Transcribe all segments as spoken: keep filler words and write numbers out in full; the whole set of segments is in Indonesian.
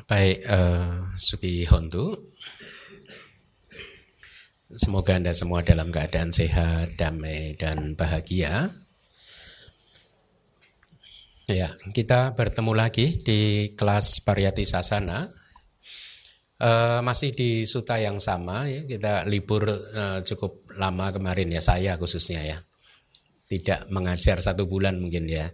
Baik, uh, Suki Hontu, semoga Anda semua dalam keadaan sehat, damai, dan bahagia. Ya, kita bertemu lagi di kelas Pariyati Sasana. Uh, masih di suta yang sama, ya. Kita libur uh, cukup lama kemarin ya, saya khususnya ya. Tidak mengajar satu bulan mungkin ya.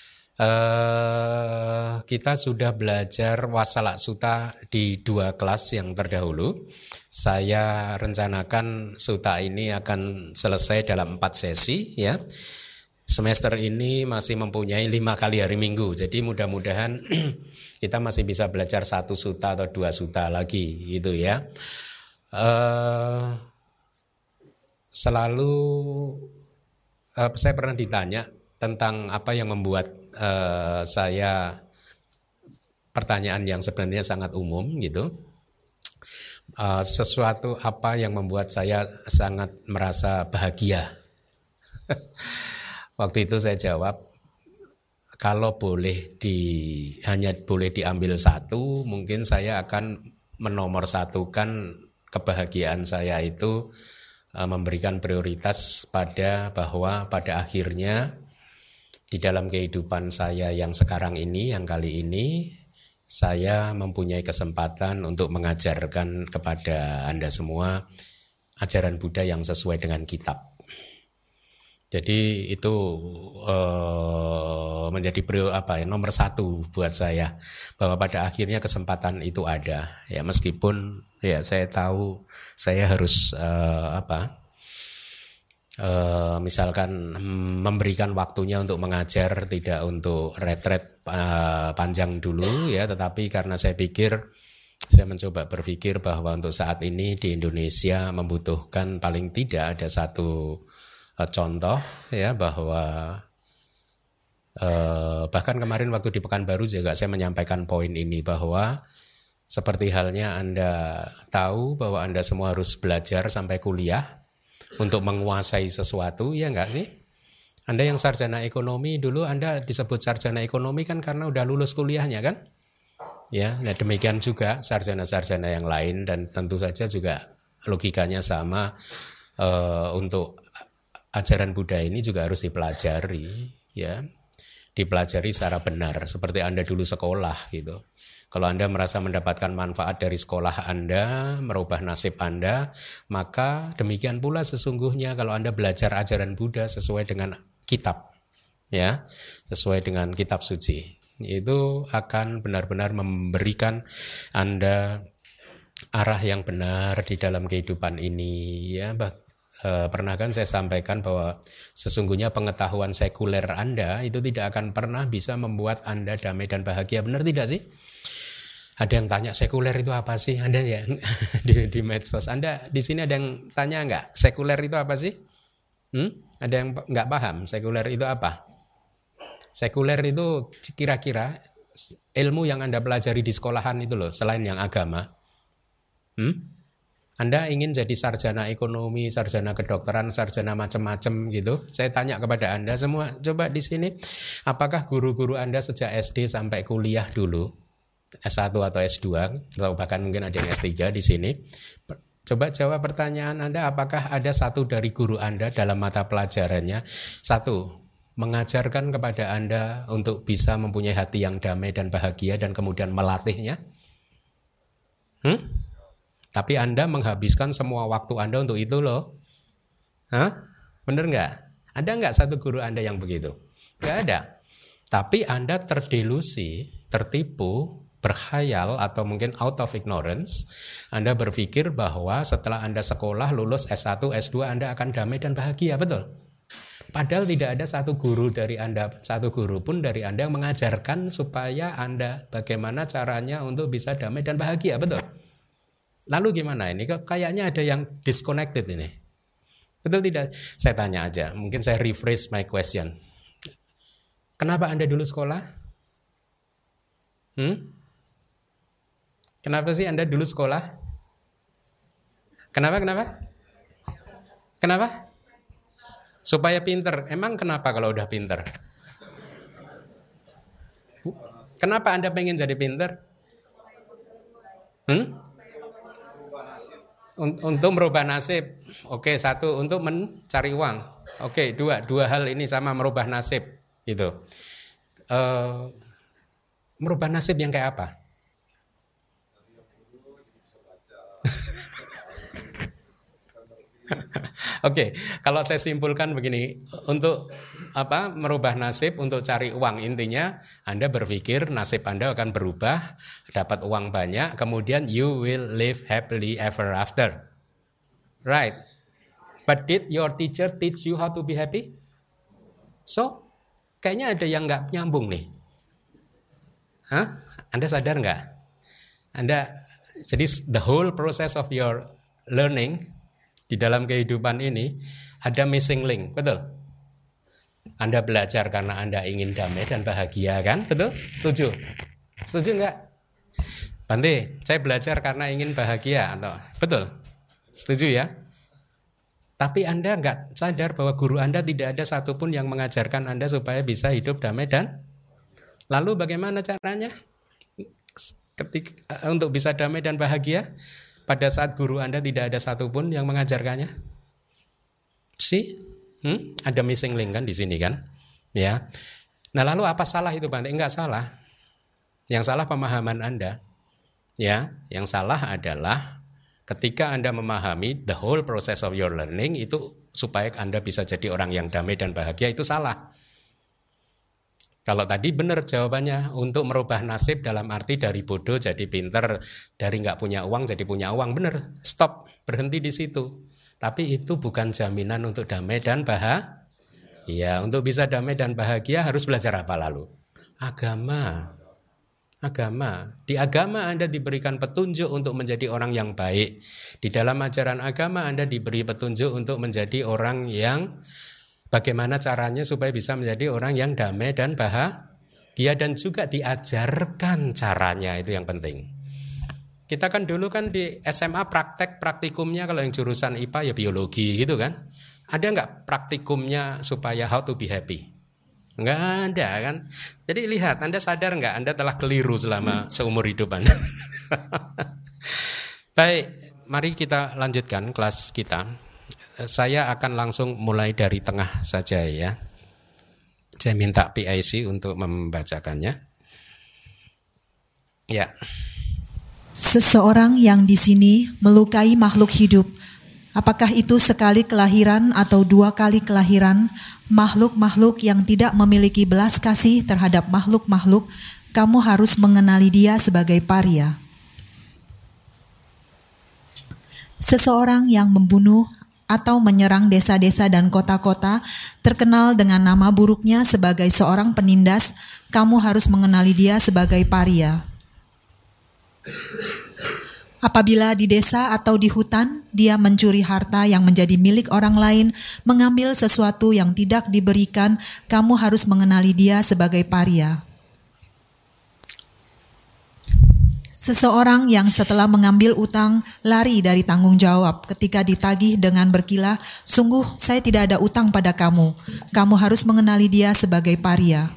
Uh, kita sudah belajar Wasala Sutta di dua kelas yang terdahulu. Saya rencanakan sutta ini akan selesai dalam empat sesi ya. Semester ini masih mempunyai lima kali hari Minggu. Jadi mudah-mudahan kita masih bisa belajar satu sutta atau dua sutta lagi gitu ya. Uh, selalu uh, saya pernah ditanya tentang apa yang membuat uh, saya pertanyaan yang sebenarnya sangat umum gitu. Uh, sesuatu apa yang membuat saya sangat merasa bahagia. Waktu itu saya jawab, kalau boleh di hanya boleh diambil satu, mungkin saya akan menomorsatukan kebahagiaan saya itu uh, memberikan prioritas pada bahwa pada akhirnya di dalam kehidupan saya yang sekarang ini, yang kali ini, saya mempunyai kesempatan untuk mengajarkan kepada Anda semua ajaran Buddha yang sesuai dengan kitab. Jadi itu uh, menjadi prior, apa ya, nomor satu buat saya, bahwa pada akhirnya kesempatan itu ada. Ya meskipun ya saya tahu saya harus uh, apa. Uh, misalkan memberikan waktunya untuk mengajar, tidak untuk retret uh, panjang dulu ya, tetapi karena saya pikir saya mencoba berpikir bahwa untuk saat ini di Indonesia membutuhkan paling tidak ada satu uh, contoh ya, bahwa uh, bahkan kemarin waktu di Pekanbaru juga saya menyampaikan poin ini, bahwa seperti halnya Anda tahu bahwa Anda semua harus belajar sampai kuliah untuk menguasai sesuatu, ya enggak sih? Anda yang sarjana ekonomi dulu, Anda disebut sarjana ekonomi kan karena udah lulus kuliahnya kan? Ya, nah demikian juga sarjana-sarjana yang lain, dan tentu saja juga logikanya sama. Uh, untuk ajaran Buddha ini juga harus dipelajari, ya, dipelajari secara benar, seperti Anda dulu sekolah gitu. Kalau Anda merasa mendapatkan manfaat dari sekolah Anda, merubah nasib Anda, maka demikian pula sesungguhnya kalau Anda belajar ajaran Buddha sesuai dengan kitab, ya, sesuai dengan kitab suci, itu akan benar-benar memberikan Anda arah yang benar di dalam kehidupan ini, ya. E, pernah kan saya sampaikan bahwa sesungguhnya pengetahuan sekuler Anda itu tidak akan pernah bisa membuat Anda damai dan bahagia, benar tidak sih? Ada yang tanya sekuler itu apa sih? Ada ya di, di medsos. Anda di sini ada yang tanya nggak? Sekuler itu apa sih? Hmm? Ada yang nggak paham sekuler itu apa? Sekuler itu kira-kira ilmu yang Anda pelajari di sekolahan itu loh, selain yang agama. Hmm? Anda ingin jadi sarjana ekonomi, sarjana kedokteran, sarjana macam-macam gitu. Saya tanya kepada Anda semua, coba di sini, apakah guru-guru Anda sejak S D sampai kuliah dulu, S satu atau S dua, atau bahkan mungkin ada yang S tiga di sini. Coba jawab pertanyaan Anda, apakah ada satu dari guru Anda dalam mata pelajarannya, satu, mengajarkan kepada Anda untuk bisa mempunyai hati yang damai dan bahagia dan kemudian melatihnya? Hmm? Tapi Anda menghabiskan semua waktu Anda untuk itu loh. Hah? Bener nggak? Ada nggak satu guru Anda yang begitu? Nggak ada. Tapi Anda terdelusi, tertipu, berkhayal, atau mungkin out of ignorance. Anda berpikir bahwa setelah Anda sekolah, lulus S satu, S dua, Anda akan damai dan bahagia, betul? Padahal tidak ada satu guru dari Anda, satu guru pun dari Anda yang mengajarkan supaya Anda bagaimana caranya untuk bisa damai dan bahagia, betul? Lalu gimana ini? Kayaknya ada yang disconnected ini. Betul tidak? Saya tanya aja, mungkin saya rephrase my question. Kenapa Anda dulu sekolah? Hmm? Kenapa sih Anda dulu sekolah? Kenapa, kenapa? Kenapa? Supaya pinter. Emang kenapa kalau udah pinter? Kenapa Anda pengen jadi pinter? Hmm? Untuk merubah nasib. Oke, satu untuk mencari uang. Oke, dua, dua hal ini sama merubah nasib. Gitu. Uh, merubah nasib yang kayak apa? Oke, kalau saya simpulkan begini, untuk apa merubah nasib, untuk cari uang, intinya Anda berpikir nasib Anda akan berubah, dapat uang banyak, kemudian you will live happily ever after, right? But did your teacher teach you how to be happy? So, kayaknya ada yang nggak nyambung nih. Hah? Anda sadar nggak? Anda, jadi the whole process of your learning di dalam kehidupan ini ada missing link, betul? Anda belajar karena Anda ingin damai dan bahagia, kan? Betul? Setuju? Setuju nggak? Bante, saya belajar karena ingin bahagia, atau betul? Setuju ya? Tapi Anda nggak sadar bahwa guru Anda tidak ada satupun yang mengajarkan Anda supaya bisa hidup damai dan lalu bagaimana caranya ketika untuk bisa damai dan bahagia? Pada saat guru Anda tidak ada satupun yang mengajarkannya. See? Hmm? Ada missing link kan di sini kan? Ya. Nah, lalu apa salah itu, Bante? Enggak salah. Yang salah pemahaman Anda. Ya, yang salah adalah ketika Anda memahami the whole process of your learning itu supaya Anda bisa jadi orang yang damai dan bahagia, itu salah. Kalau tadi benar jawabannya, untuk merubah nasib dalam arti dari bodoh jadi pinter, dari nggak punya uang jadi punya uang, benar. Stop, berhenti di situ. Tapi itu bukan jaminan untuk damai dan bahagia. Ya, untuk bisa damai dan bahagia harus belajar apa lalu? Agama. Agama. Di agama Anda diberikan petunjuk untuk menjadi orang yang baik. Di dalam ajaran agama Anda diberi petunjuk untuk menjadi orang yang bagaimana caranya supaya bisa menjadi orang yang damai dan bahagia, dan juga diajarkan caranya, itu yang penting. Kita kan dulu kan di S M A praktek praktikumnya, kalau yang jurusan I P A ya biologi gitu kan. Ada nggak praktikumnya supaya how to be happy? Nggak ada kan. Jadi lihat, Anda sadar nggak Anda telah keliru selama seumur hidup Anda. Baik, mari kita lanjutkan kelas kita. Saya akan langsung mulai dari tengah saja ya. Saya minta P I C untuk membacakannya. Ya. Seseorang yang di sini melukai makhluk hidup, apakah itu sekali kelahiran atau dua kali kelahiran, makhluk-makhluk yang tidak memiliki belas kasih terhadap makhluk-makhluk, kamu harus mengenali dia sebagai paria. Seseorang yang membunuh atau menyerang desa-desa dan kota-kota, terkenal dengan nama buruknya sebagai seorang penindas, kamu harus mengenali dia sebagai paria. Apabila di desa atau di hutan, dia mencuri harta yang menjadi milik orang lain, mengambil sesuatu yang tidak diberikan, kamu harus mengenali dia sebagai paria. Seseorang yang setelah mengambil utang lari dari tanggung jawab ketika ditagih dengan berkilah, sungguh saya tidak ada utang pada kamu. Kamu harus mengenali dia sebagai paria.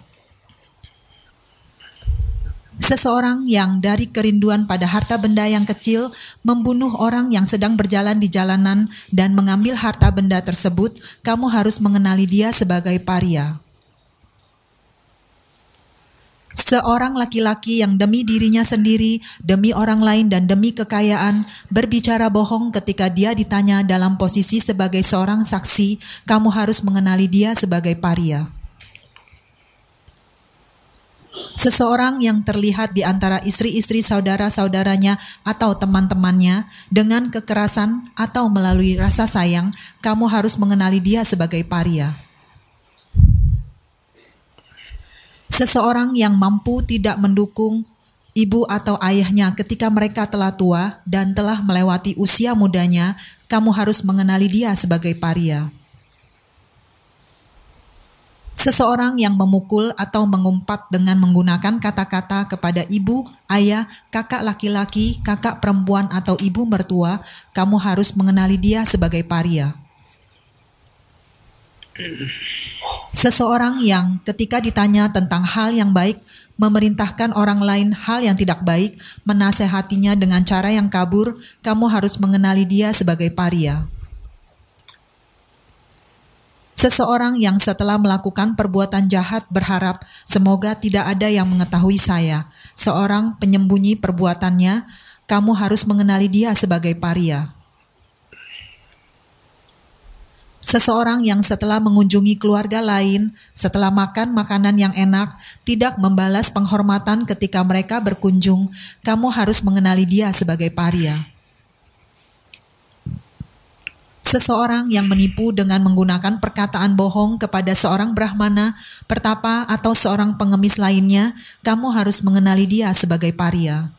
Seseorang yang dari kerinduan pada harta benda yang kecil membunuh orang yang sedang berjalan di jalanan dan mengambil harta benda tersebut, kamu harus mengenali dia sebagai paria. Seorang laki-laki yang demi dirinya sendiri, demi orang lain dan demi kekayaan, berbicara bohong ketika dia ditanya dalam posisi sebagai seorang saksi, kamu harus mengenali dia sebagai paria. Seseorang yang terlihat di antara istri-istri saudara-saudaranya atau teman-temannya dengan kekerasan atau melalui rasa sayang, kamu harus mengenali dia sebagai paria. Seseorang yang mampu tidak mendukung ibu atau ayahnya ketika mereka telah tua dan telah melewati usia mudanya, kamu harus mengenali dia sebagai paria. Seseorang yang memukul atau mengumpat dengan menggunakan kata-kata kepada ibu, ayah, kakak laki-laki, kakak perempuan atau ibu mertua, kamu harus mengenali dia sebagai paria. Seseorang yang ketika ditanya tentang hal yang baik memerintahkan orang lain hal yang tidak baik, menasehatinya dengan cara yang kabur, kamu harus mengenali dia sebagai paria. Seseorang yang setelah melakukan perbuatan jahat berharap, semoga tidak ada yang mengetahui saya. Seorang penyembunyi perbuatannya, kamu harus mengenali dia sebagai paria. Seseorang yang setelah mengunjungi keluarga lain, setelah makan makanan yang enak, tidak membalas penghormatan ketika mereka berkunjung, kamu harus mengenali dia sebagai paria. Seseorang yang menipu dengan menggunakan perkataan bohong kepada seorang brahmana, pertapa, atau seorang pengemis lainnya, kamu harus mengenali dia sebagai paria.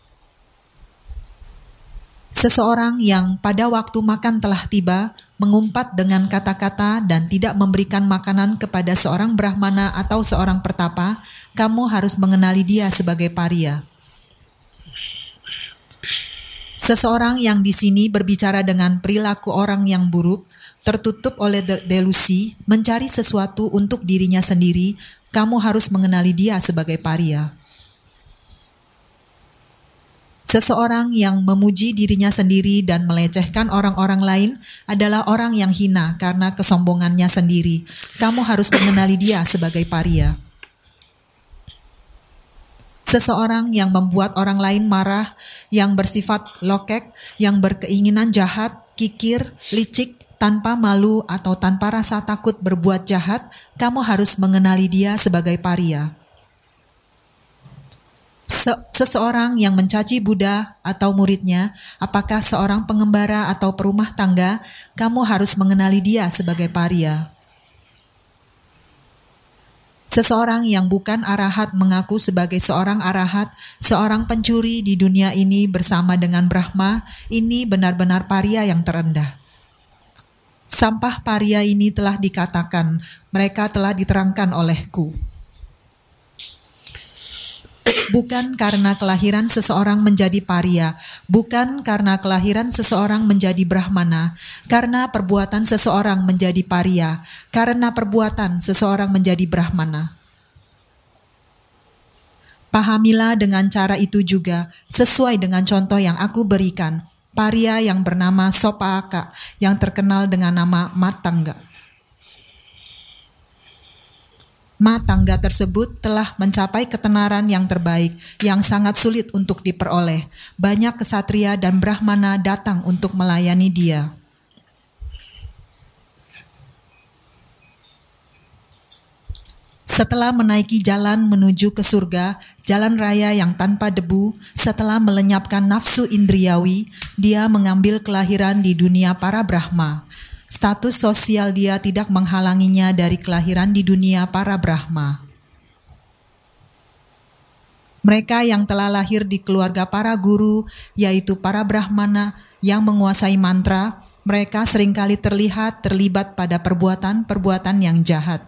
Seseorang yang pada waktu makan telah tiba, mengumpat dengan kata-kata dan tidak memberikan makanan kepada seorang brahmana atau seorang pertapa, kamu harus mengenali dia sebagai paria. Seseorang yang di sini berbicara dengan perilaku orang yang buruk, tertutup oleh delusi, mencari sesuatu untuk dirinya sendiri, kamu harus mengenali dia sebagai paria. Seseorang yang memuji dirinya sendiri dan melecehkan orang-orang lain adalah orang yang hina karena kesombongannya sendiri. Kamu harus mengenali dia sebagai paria. Seseorang yang membuat orang lain marah, yang bersifat lokek, yang berkeinginan jahat, kikir, licik, tanpa malu atau tanpa rasa takut berbuat jahat, kamu harus mengenali dia sebagai paria. Seseorang yang mencaci Buddha atau muridnya, apakah seorang pengembara atau perumah tangga, kamu harus mengenali dia sebagai paria. Seseorang yang bukan arahat mengaku sebagai seorang arahat, seorang pencuri di dunia ini bersama dengan Brahma, ini benar-benar paria yang terendah. Sampah paria ini telah dikatakan, mereka telah diterangkan olehku. Bukan karena kelahiran seseorang menjadi paria, bukan karena kelahiran seseorang menjadi brahmana, karena perbuatan seseorang menjadi paria, karena perbuatan seseorang menjadi brahmana. Pahamilah dengan cara itu juga, sesuai dengan contoh yang aku berikan, paria yang bernama Sopaka, yang terkenal dengan nama Matangga. Matangga tersebut telah mencapai ketenaran yang terbaik, yang sangat sulit untuk diperoleh. Banyak kesatria dan brahmana datang untuk melayani dia. Setelah menaiki jalan menuju ke surga, jalan raya yang tanpa debu, setelah melenyapkan nafsu indriawi, dia mengambil kelahiran di dunia para Brahma. Status sosial dia tidak menghalanginya dari kelahiran di dunia para Brahma. Mereka yang telah lahir di keluarga para guru, yaitu para Brahmana yang menguasai mantra, mereka seringkali terlihat terlibat pada perbuatan-perbuatan yang jahat.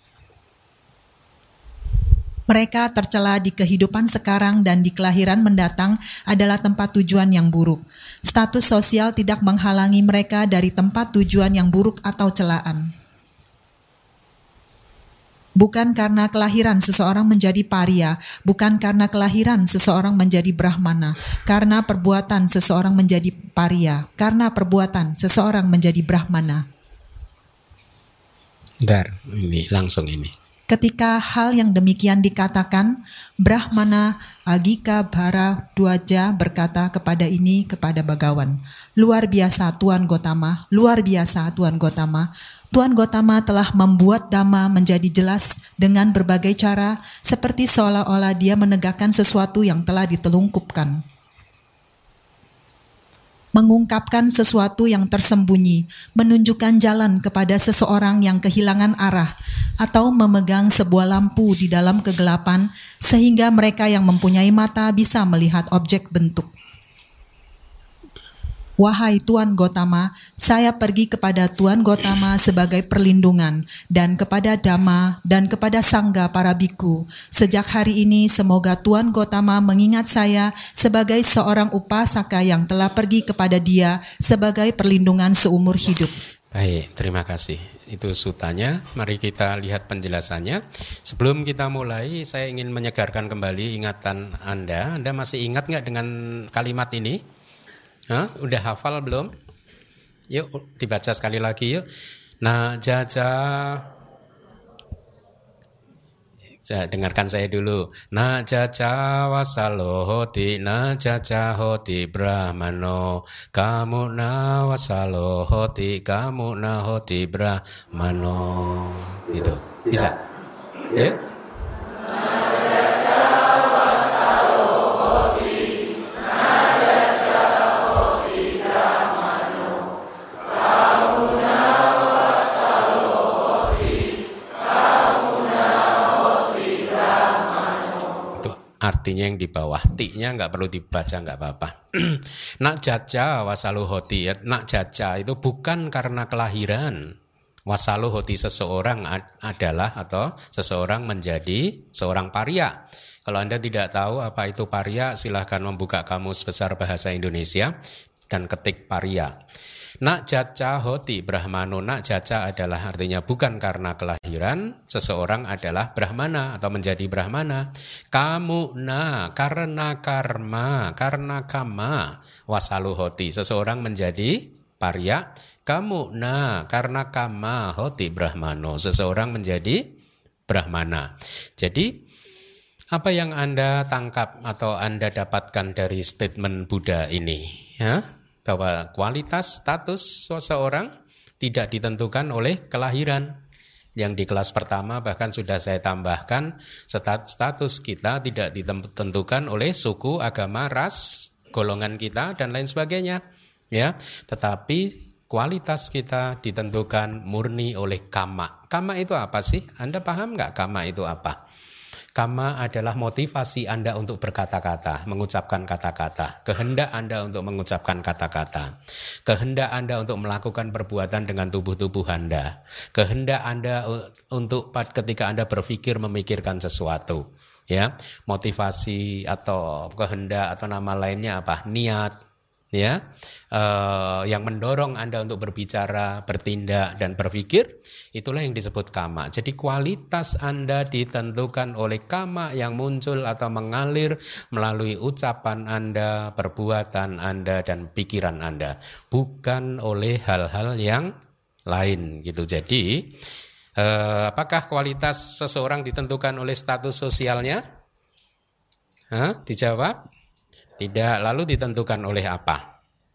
Mereka tercela di kehidupan sekarang dan di kelahiran mendatang adalah tempat tujuan yang buruk. Status sosial tidak menghalangi mereka dari tempat tujuan yang buruk atau celaan. Bukan karena kelahiran seseorang menjadi paria, bukan karena kelahiran seseorang menjadi brahmana, karena perbuatan seseorang menjadi paria, karena perbuatan seseorang menjadi brahmana. Bentar, ini langsung ini. Ketika hal yang demikian dikatakan, Brahmana Agika Bhara Dwaja berkata kepada ini kepada Bagawan, luar biasa Tuan Gotama, luar biasa Tuan Gotama. Tuan Gotama telah membuat Dhamma menjadi jelas dengan berbagai cara, seperti seolah-olah dia menegakkan sesuatu yang telah ditelungkupkan. Mengungkapkan sesuatu yang tersembunyi, menunjukkan jalan kepada seseorang yang kehilangan arah, atau memegang sebuah lampu di dalam kegelapan, sehingga mereka yang mempunyai mata bisa melihat objek bentuk. Wahai Tuan Gotama, saya pergi kepada Tuan Gotama sebagai perlindungan, dan kepada Dhamma dan kepada Sangga para biku. Sejak hari ini semoga Tuan Gotama mengingat saya sebagai seorang upasaka yang telah pergi kepada dia sebagai perlindungan seumur hidup. Baik, terima kasih. itu sutanya. Mari kita lihat penjelasannya. Sebelum kita mulai, saya ingin menyegarkan kembali ingatan Anda. Anda masih ingat nggak dengan kalimat ini? Hah? Udah hafal belum? Yuk dibaca sekali lagi yuk. Nah jaja. Saya dengarkan saya dulu. Na jaja wasalohoti na jaja hoti brahmano kamu na wasalohoti kamu na hoti brahmano. Itu bisa. Ya. Artinya yang di bawah ti-nya nggak perlu dibaca, nggak apa-apa. Nak jaja wasaluhoti, nak jaja itu bukan karena kelahiran. Wasaluhoti seseorang adalah atau seseorang menjadi seorang parya. Kalau Anda tidak tahu apa itu parya, silahkan membuka kamus besar bahasa Indonesia dan ketik parya. Nak jaca hoti brahmano, nak jaca adalah artinya bukan karena kelahiran, seseorang adalah brahmana atau menjadi brahmana. Kamu na karena karma, karena kama, wasalu hoti, seseorang menjadi parya. Kamu na karena kama hoti brahmano, seseorang menjadi brahmana. Jadi apa yang Anda tangkap atau Anda dapatkan dari statement Buddha ini? Ya? Bahwa kualitas status seseorang tidak ditentukan oleh kelahiran. Yang di kelas pertama bahkan sudah saya tambahkan, status kita tidak ditentukan oleh suku, agama, ras, golongan kita dan lain sebagainya, ya. Tetapi kualitas kita ditentukan murni oleh kama. Kama itu apa sih? Anda paham nggak kama itu apa? Kama adalah motivasi Anda untuk berkata-kata, mengucapkan kata-kata, kehendak Anda untuk mengucapkan kata-kata, kehendak Anda untuk melakukan perbuatan dengan tubuh-tubuh Anda, kehendak Anda untuk ketika Anda berpikir memikirkan sesuatu, ya. Motivasi atau kehendak atau nama lainnya apa? Niat, ya. Uh, yang mendorong Anda untuk berbicara, bertindak dan berpikir, itulah yang disebut kama. Jadi kualitas Anda ditentukan oleh kama yang muncul atau mengalir melalui ucapan Anda, perbuatan Anda dan pikiran Anda, bukan oleh hal-hal yang lain gitu. Jadi uh, apakah kualitas seseorang ditentukan oleh status sosialnya? Hah? Dijawab tidak. Lalu ditentukan oleh apa?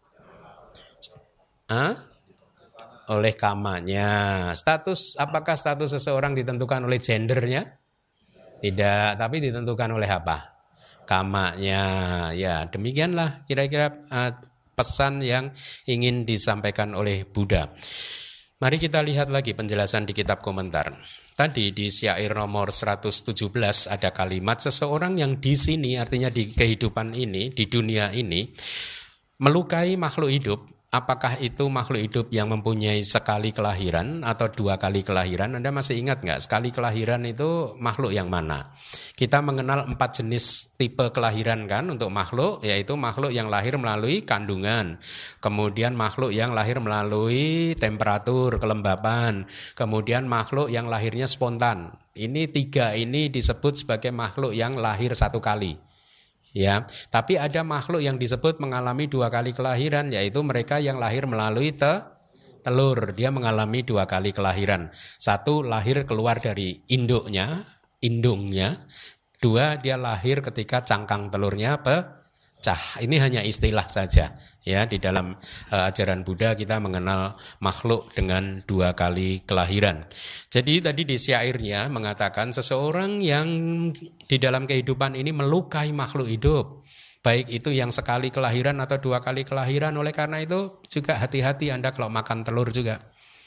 Hah? Oleh kamanya. Status, apakah status seseorang ditentukan oleh gendernya? Tidak, tapi ditentukan oleh apa? Kamanya. Ya, demikianlah kira-kira uh, pesan yang ingin disampaikan oleh Buddha. Mari kita lihat lagi penjelasan di kitab komentar. Tadi di syair nomor seratus tujuh belas ada kalimat seseorang yang di sini, artinya di kehidupan ini, di dunia ini, melukai makhluk hidup. Apakah itu makhluk hidup yang mempunyai sekali kelahiran atau dua kali kelahiran? Anda masih ingat nggak? Sekali kelahiran itu makhluk yang mana? Kita mengenal empat jenis tipe kelahiran kan untuk makhluk, yaitu makhluk yang lahir melalui kandungan, kemudian makhluk yang lahir melalui temperatur, kelembapan, kemudian makhluk yang lahirnya spontan. Ini tiga ini disebut sebagai makhluk yang lahir satu kali. Ya, tapi ada makhluk yang disebut mengalami dua kali kelahiran, yaitu mereka yang lahir melalui te, telur. Dia mengalami dua kali kelahiran. Satu, lahir keluar dari induknya, indungnya. Dua, dia lahir ketika cangkang telurnya pecah. Ini hanya istilah saja. Ya, di dalam uh, ajaran Buddha kita mengenal makhluk dengan dua kali kelahiran. Jadi tadi di syairnya mengatakan seseorang yang di dalam kehidupan ini melukai makhluk hidup, baik itu yang sekali kelahiran atau dua kali kelahiran. Oleh karena itu juga hati-hati Anda kalau makan telur juga.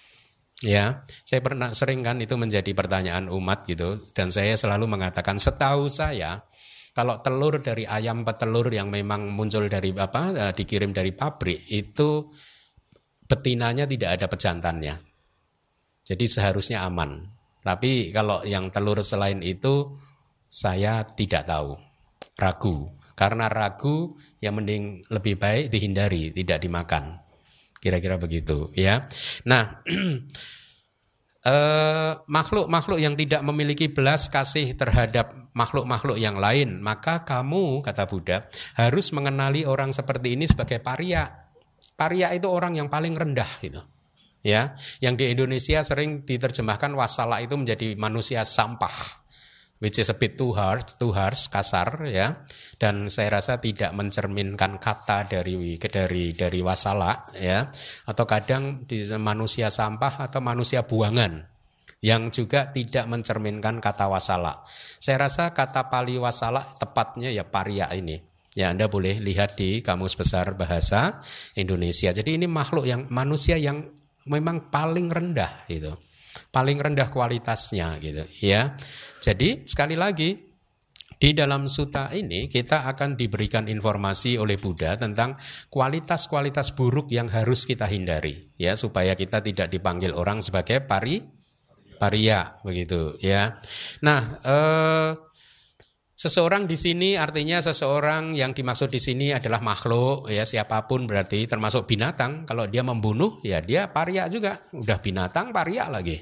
Ya, saya pernah sering kan itu menjadi pertanyaan umat gitu, dan saya selalu mengatakan setahu saya kalau telur dari ayam petelur yang memang muncul dari apa dikirim dari pabrik itu betinanya tidak ada pejantannya. Jadi seharusnya aman. Tapi kalau yang telur selain itu saya tidak tahu. Ragu. Karena ragu yang mending lebih baik dihindari, tidak dimakan. Kira-kira begitu ya. Nah, eh, makhluk-makhluk yang tidak memiliki belas kasih terhadap makhluk-makhluk yang lain, maka kamu, kata Buddha, harus mengenali orang seperti ini sebagai paria. Paria itu orang yang paling rendah gitu. Ya, yang di Indonesia sering diterjemahkan wasala itu menjadi manusia sampah. Which is a bit too harsh, too harsh, kasar ya, dan saya rasa tidak mencerminkan kata dari dari dari wasala ya, atau kadang di manusia sampah atau manusia buangan yang juga tidak mencerminkan kata wasala. Saya rasa kata Pali wasala tepatnya ya paria ini. Ya, Anda boleh lihat di Kamus Besar Bahasa Indonesia. Jadi ini makhluk yang manusia yang memang paling rendah gitu. Paling rendah kualitasnya gitu ya. Jadi sekali lagi di dalam sutta ini kita akan diberikan informasi oleh Buddha tentang kualitas-kualitas buruk yang harus kita hindari ya, supaya kita tidak dipanggil orang sebagai pari paria begitu ya. Nah, eh, seseorang di sini artinya seseorang yang dimaksud di sini adalah makhluk ya, siapapun berarti termasuk binatang. Kalau dia membunuh ya dia paria juga, udah binatang paria lagi.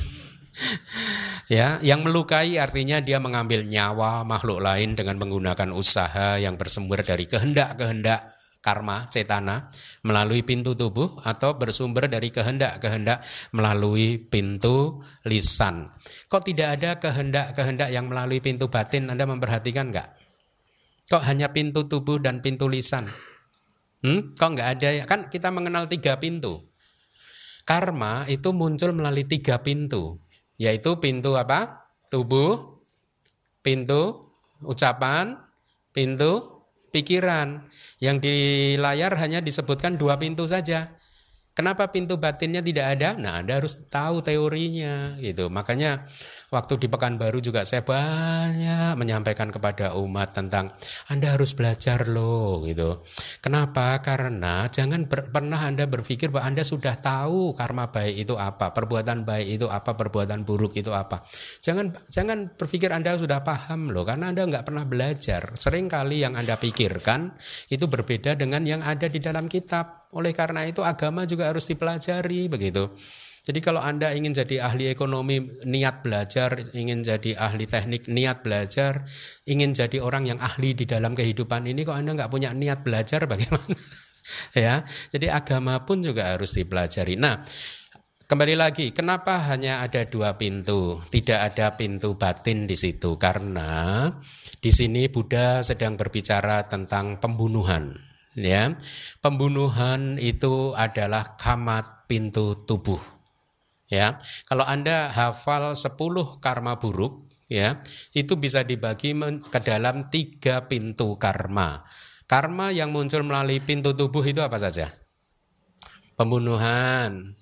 Ya, yang melukai artinya dia mengambil nyawa makhluk lain dengan menggunakan usaha yang bersumber dari kehendak-kehendak karma, cetana melalui pintu tubuh atau bersumber dari kehendak-kehendak melalui pintu lisan. Kok tidak ada kehendak-kehendak yang melalui pintu batin? Anda memperhatikan enggak? Kok hanya pintu tubuh dan pintu lisan? Hmm? Kok enggak ada? Kan kita mengenal tiga pintu. Karma itu muncul melalui tiga pintu. Yaitu pintu apa? Tubuh, pintu ucapan, pintu pikiran. Yang di layar hanya disebutkan dua pintu saja. Kenapa pintu batinnya tidak ada? Nah, Anda harus tahu teorinya gitu. Makanya waktu di Pekanbaru juga saya banyak menyampaikan kepada umat tentang Anda harus belajar loh gitu. Kenapa? Karena jangan ber, pernah Anda berpikir bahwa Anda sudah tahu karma baik itu apa, perbuatan baik itu apa, perbuatan buruk itu apa. Jangan jangan berpikir Anda sudah paham loh, karena Anda nggak pernah belajar. Seringkali yang Anda pikirkan itu berbeda dengan yang ada di dalam kitab. Oleh karena itu agama juga harus dipelajari begitu. Jadi kalau Anda ingin jadi ahli ekonomi, niat belajar, ingin jadi ahli teknik, niat belajar, ingin jadi orang yang ahli di dalam kehidupan ini, kok Anda nggak punya niat belajar bagaimana? Ya, jadi agama pun juga harus dipelajari. Nah, kembali lagi, kenapa hanya ada dua pintu? Tidak ada pintu batin di situ, karena di sini Buddha sedang berbicara tentang pembunuhan. Ya, pembunuhan itu adalah kamat pintu tubuh. Ya, kalau Anda hafal sepuluh karma buruk, ya, itu bisa dibagi ke dalam tiga pintu karma. Karma yang muncul melalui pintu tubuh itu apa saja? Pembunuhan,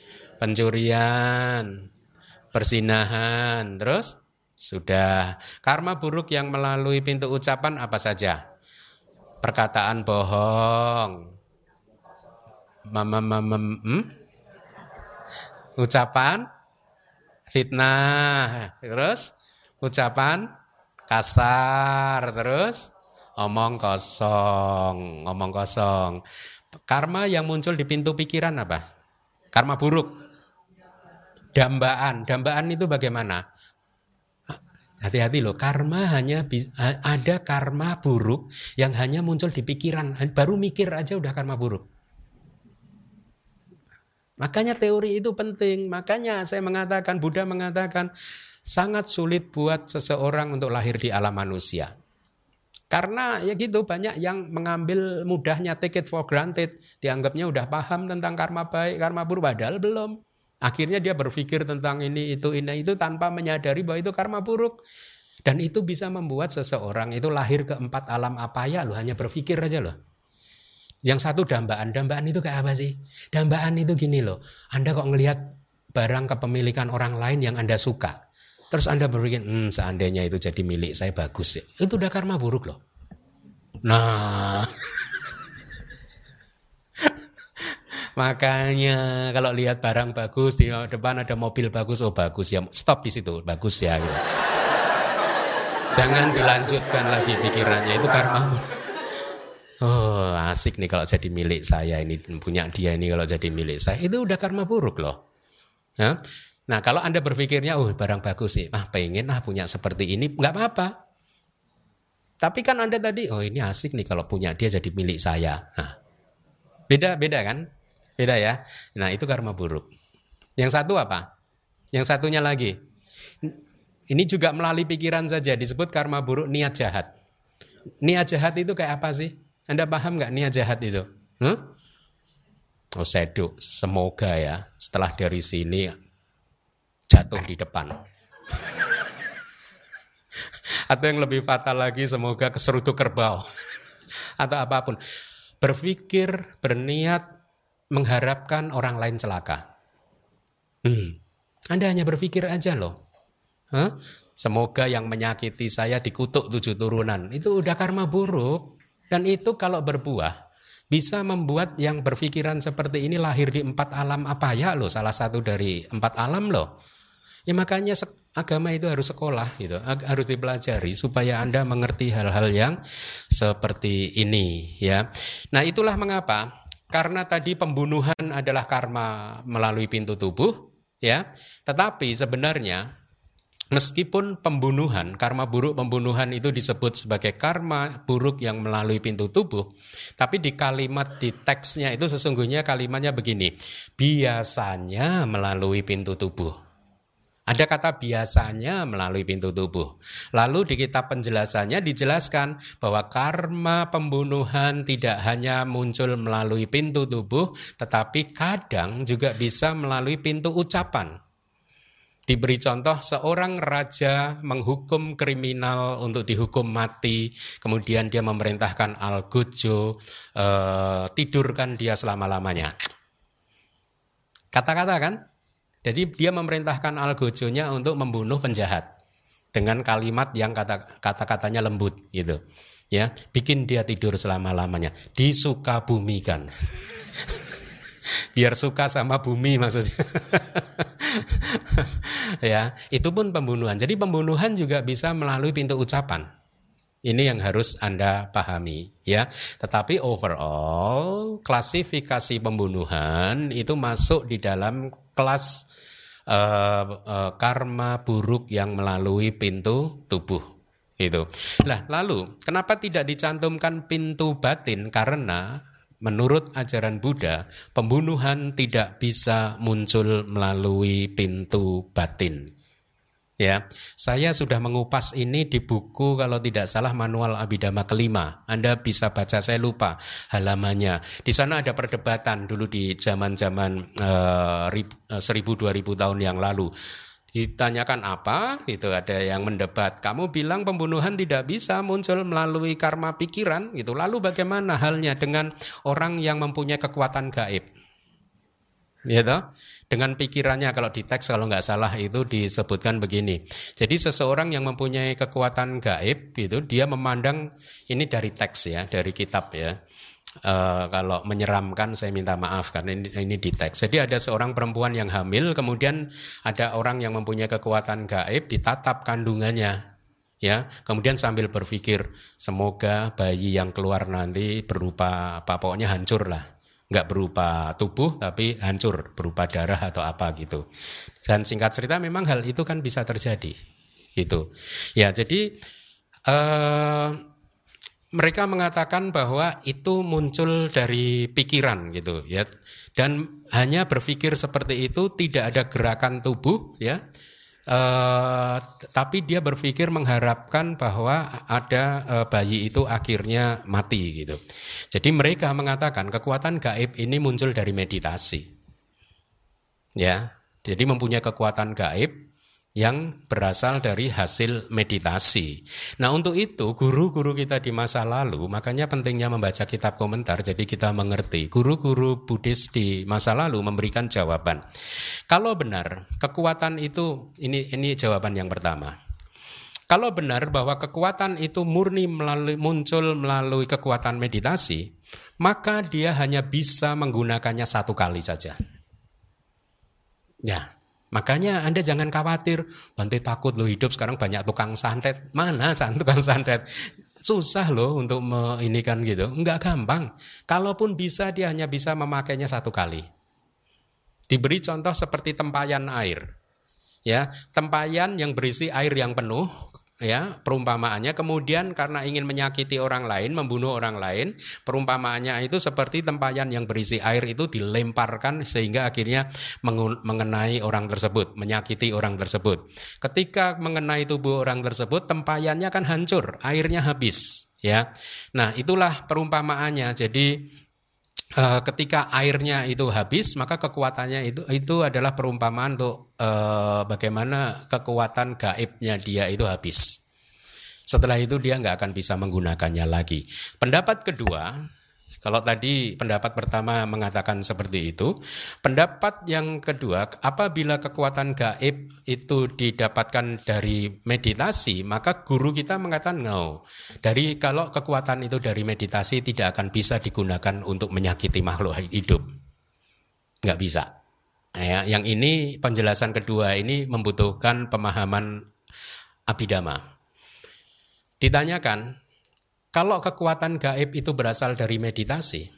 pencurian, perzinahan, terus sudah. Karma buruk yang melalui pintu ucapan apa saja? Perkataan bohong, mem, mem, mem, hmm? ucapan fitnah, terus ucapan kasar, terus omong kosong, omong kosong. Karma yang muncul di pintu pikiran apa? Karma buruk. Dambaan, dambaan itu bagaimana? Hati-hati loh, karma hanya ada karma buruk yang hanya muncul di pikiran, baru mikir aja udah karma buruk. Makanya teori itu penting, makanya saya mengatakan, Buddha mengatakan sangat sulit buat seseorang untuk lahir di alam manusia. Karena ya gitu, banyak yang mengambil mudahnya, take it for granted, dianggapnya udah paham tentang karma baik, karma buruk, padahal belum. Akhirnya dia berpikir tentang ini, itu, ini, itu tanpa menyadari bahwa itu karma buruk. Dan itu bisa membuat seseorang itu lahir ke empat alam apaya loh, hanya berpikir aja loh. Yang satu dambaan, dambaan itu kayak apa sih? Dambaan itu gini loh, Anda kok ngelihat barang kepemilikan orang lain yang Anda suka. Terus Anda berpikir, hmm, seandainya itu jadi milik saya bagus ya. Itu udah karma buruk loh. Nah... Makanya kalau lihat barang bagus di depan ada mobil bagus, oh bagus ya, stop di situ, bagus ya gitu. Jangan dilanjutkan lagi pikirannya, itu karma. Oh asik nih kalau jadi milik saya ini, punya dia ini kalau jadi milik saya, itu udah karma buruk loh. Ya? Nah kalau Anda berpikirnya, oh barang bagus sih, ah pengen ah punya seperti ini, nggak apa-apa. Tapi kan Anda tadi, oh ini asik nih kalau punya dia jadi milik saya. Nah, beda, beda kan? Beda ya. Nah itu karma buruk. Yang satu apa? Yang satunya lagi, ini juga melalui pikiran saja disebut karma buruk, niat jahat. Niat jahat itu kayak apa sih? Anda paham nggak niat jahat itu? Huh? Oh seduk, semoga ya setelah dari sini jatuh di depan. Atau yang lebih fatal lagi, semoga keseruduk kerbau. Atau apapun. Berpikir, berniat, mengharapkan orang lain celaka. Hmm. Anda hanya berpikir aja loh. Huh? Semoga yang menyakiti saya dikutuk tujuh turunan. Itu udah karma buruk. Dan itu kalau berbuah, bisa membuat yang berpikiran seperti ini lahir di empat alam apa ya loh. Salah satu dari empat alam loh. Ya makanya agama itu harus sekolah gitu, harus dipelajari supaya Anda mengerti hal-hal yang seperti ini ya. Nah itulah mengapa, karena tadi pembunuhan adalah karma melalui pintu tubuh ya. Tetapi sebenarnya meskipun pembunuhan, karma buruk pembunuhan itu disebut sebagai karma buruk yang melalui pintu tubuh, tapi di kalimat di teksnya itu sesungguhnya kalimatnya begini, biasanya melalui pintu tubuh. Ada kata biasanya melalui pintu tubuh. Lalu di kitab penjelasannya dijelaskan bahwa karma pembunuhan tidak hanya muncul melalui pintu tubuh, tetapi kadang juga bisa melalui pintu ucapan. Diberi contoh, seorang raja menghukum kriminal untuk dihukum mati, kemudian dia memerintahkan Algojo, eh, tidurkan dia selama-lamanya. Kata-kata kan? Jadi dia memerintahkan Algojonya untuk membunuh penjahat dengan kalimat yang kata, kata-katanya lembut gitu. Ya, bikin dia tidur selama-lamanya, disuka bumikan. Biar suka sama bumi maksudnya. Ya, itu pun pembunuhan. Jadi pembunuhan juga bisa melalui pintu ucapan. Ini yang harus Anda pahami ya. Tetapi overall klasifikasi pembunuhan itu masuk di dalam kelas uh, uh, karma buruk yang melalui pintu tubuh itu. Nah, lalu kenapa tidak dicantumkan pintu batin? Karena menurut ajaran Buddha, pembunuhan tidak bisa muncul melalui pintu batin. Ya, saya sudah mengupas ini di buku kalau tidak salah manual Abhidhamma kelima. Anda bisa baca, saya lupa halamannya. Di sana ada perdebatan dulu di zaman-zaman uh, seribu dua ribu tahun yang lalu. Ditanyakan apa, itu ada yang mendebat. Kamu bilang pembunuhan tidak bisa muncul melalui karma pikiran, gitu. Lalu bagaimana halnya dengan orang yang mempunyai kekuatan gaib? Gitu. Dengan pikirannya, kalau di teks kalau nggak salah itu disebutkan begini. Jadi seseorang yang mempunyai kekuatan gaib, itu dia memandang, ini dari teks ya, dari kitab ya. Uh, kalau menyeramkan saya minta maaf karena ini, ini di teks. Jadi ada seorang perempuan yang hamil, kemudian ada orang yang mempunyai kekuatan gaib ditatap kandungannya, ya. Kemudian sambil berpikir semoga bayi yang keluar nanti berupa apa, pokoknya hancur lah, nggak berupa tubuh tapi hancur berupa darah atau apa gitu. Dan singkat cerita memang hal itu kan bisa terjadi, gitu. Ya jadi. Uh, Mereka mengatakan bahwa itu muncul dari pikiran gitu ya, dan hanya berpikir seperti itu, tidak ada gerakan tubuh ya, e, tapi dia berpikir mengharapkan bahwa ada e, bayi itu akhirnya mati gitu. Jadi mereka mengatakan kekuatan gaib ini muncul dari meditasi, ya, jadi mempunyai kekuatan gaib yang berasal dari hasil meditasi. Nah untuk itu guru-guru kita di masa lalu, makanya pentingnya membaca kitab komentar, jadi kita mengerti. Guru-guru Buddhis di masa lalu memberikan jawaban. Kalau benar kekuatan itu, ini ini jawaban yang pertama. Kalau benar bahwa kekuatan itu murni melalui, muncul melalui kekuatan meditasi, maka dia hanya bisa menggunakannya satu kali saja. Ya. Makanya Anda jangan khawatir, Bante takut loh hidup sekarang banyak tukang santet. Mana tukang santet? Susah loh untuk meinikan gitu. Enggak gampang. Kalaupun bisa, dia hanya bisa memakainya satu kali. Diberi contoh seperti tempayan air. ya, tempayan yang berisi air yang penuh, ya, perumpamaannya. Kemudian karena ingin menyakiti orang lain, membunuh orang lain, perumpamaannya itu seperti tempayan yang berisi air itu dilemparkan sehingga akhirnya mengenai orang tersebut, menyakiti orang tersebut. Ketika mengenai tubuh orang tersebut, tempayannya kan hancur, airnya habis, ya. Nah, itulah perumpamaannya. Jadi Uh, ketika airnya itu habis, maka kekuatannya itu itu adalah perumpamaan untuk uh, bagaimana kekuatan gaibnya dia itu habis. Setelah itu dia nggak akan bisa menggunakannya lagi. Pendapat kedua, kalau tadi pendapat pertama mengatakan seperti itu, pendapat yang kedua, apabila kekuatan gaib itu didapatkan dari meditasi, maka guru kita mengatakan no. Dari kalau kekuatan itu dari meditasi tidak akan bisa digunakan untuk menyakiti makhluk hidup, nggak bisa. Ya, yang ini penjelasan kedua ini membutuhkan pemahaman Abhidhamma. Ditanyakan, kalau kekuatan gaib itu berasal dari meditasi,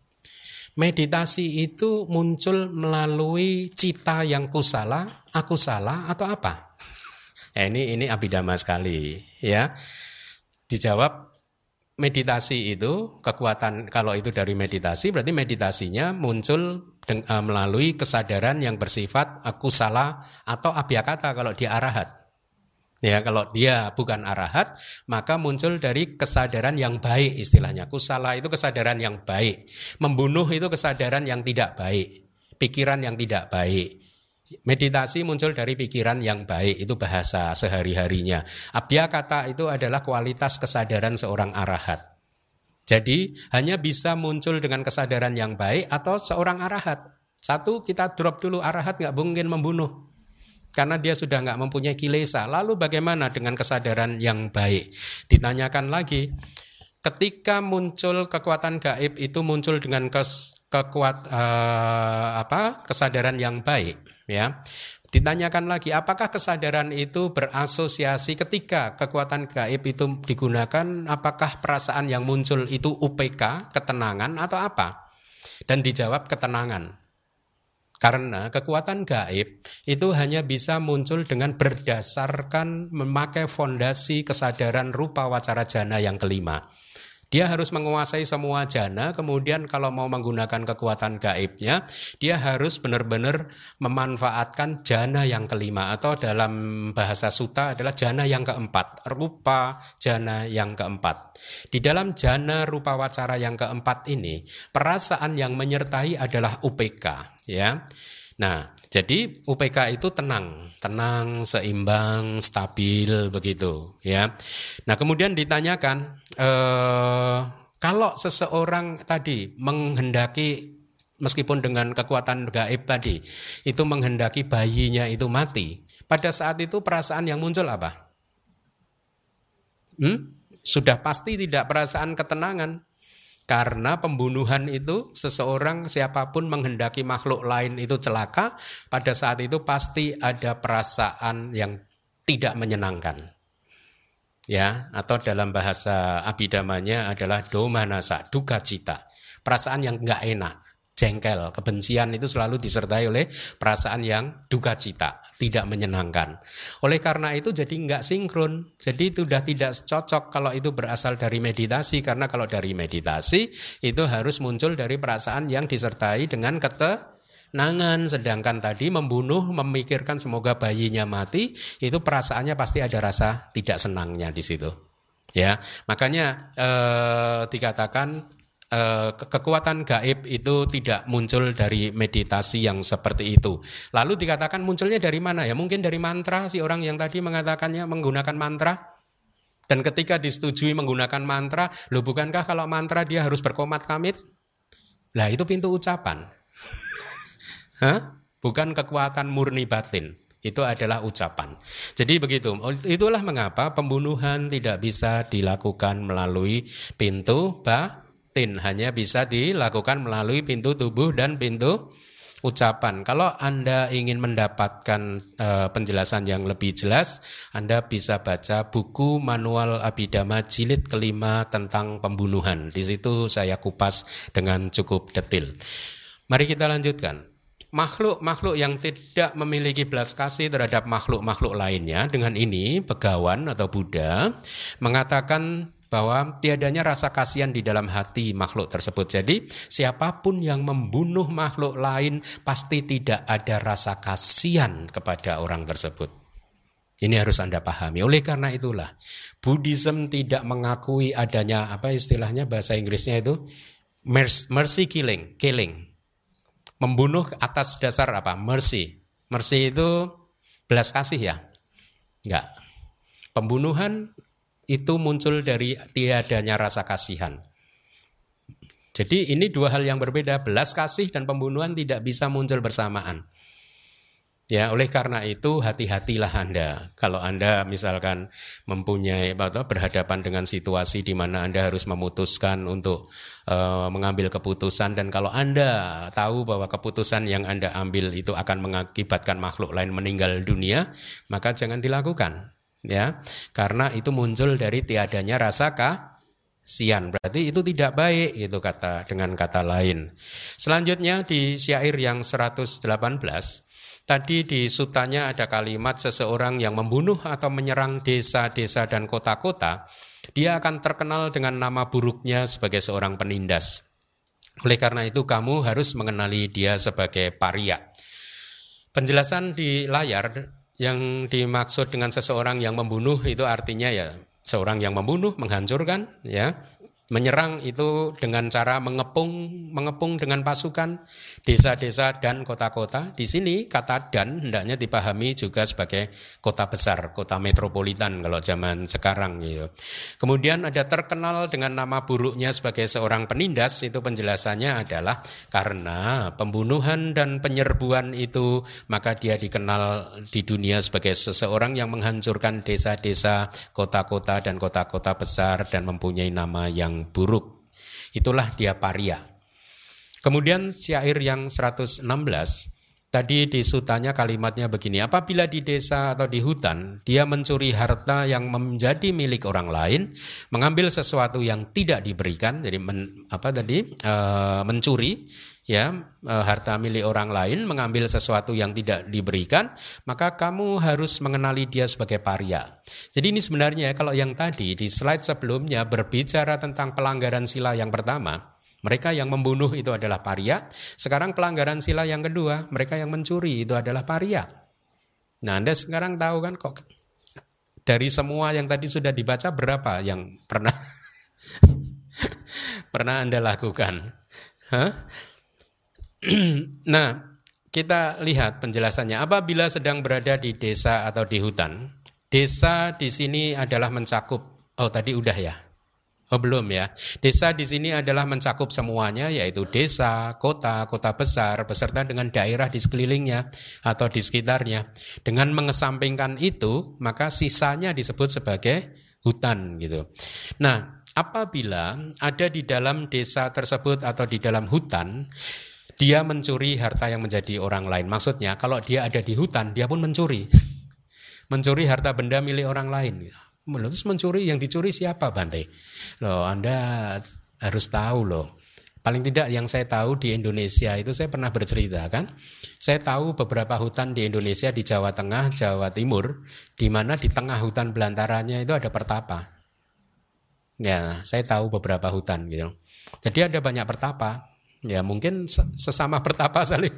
meditasi itu muncul melalui cita yang kusala, akusala, atau apa? Ya, ini ini Abhidhamma sekali, ya. Dijawab, meditasi itu kekuatan, kalau itu dari meditasi berarti meditasinya muncul deng, uh, melalui kesadaran yang bersifat akusala atau abhyakata kalau dia arahat. Ya, kalau dia bukan arahat, maka muncul dari kesadaran yang baik istilahnya. Kusala itu kesadaran yang baik. Membunuh itu kesadaran yang tidak baik. Pikiran yang tidak baik. Meditasi muncul dari pikiran yang baik, itu bahasa sehari-harinya. Abhyakata itu adalah kualitas kesadaran seorang arahat. Jadi hanya bisa muncul dengan kesadaran yang baik atau seorang arahat. Satu, kita drop dulu, arahat nggak mungkin membunuh. Karena dia sudah nggak mempunyai kilesa. Lalu bagaimana dengan kesadaran yang baik? Ditanyakan lagi, ketika muncul kekuatan gaib itu muncul dengan kes, kekuat uh, apa kesadaran yang baik, ya. Ditanyakan lagi, apakah kesadaran itu berasosiasi ketika kekuatan gaib itu digunakan? Apakah perasaan yang muncul itu U P K, ketenangan atau apa? Dan dijawab ketenangan. Karena kekuatan gaib itu hanya bisa muncul dengan berdasarkan memakai fondasi kesadaran rupa wacara jana yang kelima. Dia harus menguasai semua jana, kemudian kalau mau menggunakan kekuatan gaibnya, dia harus benar-benar memanfaatkan jana yang kelima, atau dalam bahasa sutta adalah jana yang keempat, rupa jana yang keempat. Di dalam jana rupa wacara yang keempat ini, perasaan yang menyertai adalah U P K, ya. Nah, jadi U P K itu tenang, tenang, seimbang, stabil begitu, ya. Nah, kemudian ditanyakan, eh, kalau seseorang tadi menghendaki, meskipun dengan kekuatan gaib tadi, itu menghendaki bayinya itu mati, pada saat itu perasaan yang muncul apa? Hmm? Sudah pasti tidak perasaan ketenangan. Karena pembunuhan itu, seseorang siapapun menghendaki makhluk lain itu celaka, pada saat itu pasti ada perasaan yang tidak menyenangkan. Ya, atau dalam bahasa Abhidhammanya adalah domanasa, duka cita. Perasaan yang enggak enak, jengkel, kebencian itu selalu disertai oleh perasaan yang duka cita, tidak menyenangkan. Oleh karena itu jadi enggak sinkron. Jadi itu sudah tidak cocok kalau itu berasal dari meditasi, karena kalau dari meditasi itu harus muncul dari perasaan yang disertai dengan ketenangan, sedangkan tadi membunuh, memikirkan semoga bayinya mati, itu perasaannya pasti ada rasa tidak senangnya di situ. Ya, makanya eh, dikatakan kekuatan gaib itu tidak muncul dari meditasi yang seperti itu. Lalu dikatakan munculnya dari mana? Ya mungkin dari mantra, si orang yang tadi mengatakannya menggunakan mantra. Dan ketika disetujui menggunakan mantra, loh bukankah kalau mantra dia harus berkomat kamit? Lah itu pintu ucapan. Hah? Bukan kekuatan murni batin. Itu adalah ucapan. Jadi begitu. Itulah mengapa pembunuhan tidak bisa dilakukan melalui pintu batin, hanya bisa dilakukan melalui pintu tubuh dan pintu ucapan. Kalau Anda ingin mendapatkan uh, penjelasan yang lebih jelas, Anda bisa baca buku Manual Abhidhamma jilid kelima tentang pembunuhan. Di situ saya kupas dengan cukup detail. Mari kita lanjutkan. makhluk-makhluk yang tidak memiliki belas kasih terhadap makhluk-makhluk lainnya, dengan ini Begawan atau Buddha mengatakan bahwa tiadanya rasa kasihan di dalam hati makhluk tersebut. Jadi siapapun yang membunuh makhluk lain pasti tidak ada rasa kasihan kepada orang tersebut. Ini harus Anda pahami. Oleh karena itulah Buddhism tidak mengakui adanya apa istilahnya bahasa Inggrisnya itu mercy killing, killing. Membunuh atas dasar apa? Mercy. Mercy itu belas kasih ya? Enggak. Pembunuhan itu muncul dari tiadanya rasa kasihan. Jadi ini dua hal yang berbeda. Belas kasih dan pembunuhan tidak bisa muncul bersamaan. Ya, oleh karena itu hati-hatilah Anda. Kalau Anda misalkan mempunyai atau berhadapan dengan situasi di mana Anda harus memutuskan untuk uh, mengambil keputusan, dan kalau Anda tahu bahwa keputusan yang Anda ambil itu akan mengakibatkan makhluk lain meninggal dunia, maka jangan dilakukan, ya. Karena itu muncul dari tiadanya rasa kasihan. Berarti itu tidak baik, itu kata dengan kata lain. Selanjutnya di syair yang seratus delapan belas tadi di sutanya ada kalimat seseorang yang membunuh atau menyerang desa-desa dan kota-kota, dia akan terkenal dengan nama buruknya sebagai seorang penindas. Oleh karena itu kamu harus mengenali dia sebagai paria. Penjelasan di layar yang dimaksud dengan seseorang yang membunuh itu artinya ya seorang yang membunuh, menghancurkan, ya. Menyerang itu dengan cara mengepung, mengepung dengan pasukan desa-desa dan kota-kota. Di sini kata dan hendaknya dipahami juga sebagai kota besar, kota metropolitan kalau zaman sekarang gitu. Kemudian ada terkenal dengan nama buruknya sebagai seorang penindas, itu penjelasannya adalah karena pembunuhan dan penyerbuan itu maka dia dikenal di dunia sebagai seseorang yang menghancurkan desa-desa, kota-kota dan kota-kota besar dan mempunyai nama yang buruk. Itulah dia paria. Kemudian syair yang seratus enam belas tadi di sutanya kalimatnya begini, apabila di desa atau di hutan dia mencuri harta yang menjadi milik orang lain, mengambil sesuatu yang tidak diberikan, jadi men, apa tadi e, mencuri ya e, harta milik orang lain, mengambil sesuatu yang tidak diberikan, maka kamu harus mengenali dia sebagai paria. Jadi ini sebenarnya kalau yang tadi di slide sebelumnya berbicara tentang pelanggaran sila yang pertama, mereka yang membunuh itu adalah paria. Sekarang pelanggaran sila yang kedua, mereka yang mencuri itu adalah paria. Nah, Anda sekarang tahu kan kok dari semua yang tadi sudah dibaca berapa yang pernah pernah Anda lakukan? Hah? Nah, kita lihat penjelasannya. Apabila sedang berada di desa atau di hutan, desa di sini adalah mencakup, oh tadi udah ya? Oh belum ya. Desa di sini adalah mencakup semuanya, yaitu desa, kota, kota besar, beserta dengan daerah di sekelilingnya atau di sekitarnya. Dengan mengesampingkan itu, maka sisanya disebut sebagai hutan gitu. Nah, apabila ada di dalam desa tersebut atau di dalam hutan, dia mencuri harta yang menjadi orang lain. Maksudnya kalau dia ada di hutan, dia pun mencuri. Mencuri harta benda milik orang lain. Terus mencuri, yang dicuri siapa Bante? Loh, Anda harus tahu loh. Paling tidak yang saya tahu di Indonesia itu saya pernah bercerita kan. Saya tahu beberapa hutan di Indonesia di Jawa Tengah, Jawa Timur, di mana di tengah hutan belantaranya itu ada pertapa. Ya, saya tahu beberapa hutan gitu. Jadi ada banyak pertapa. Ya mungkin sesama pertapa saling.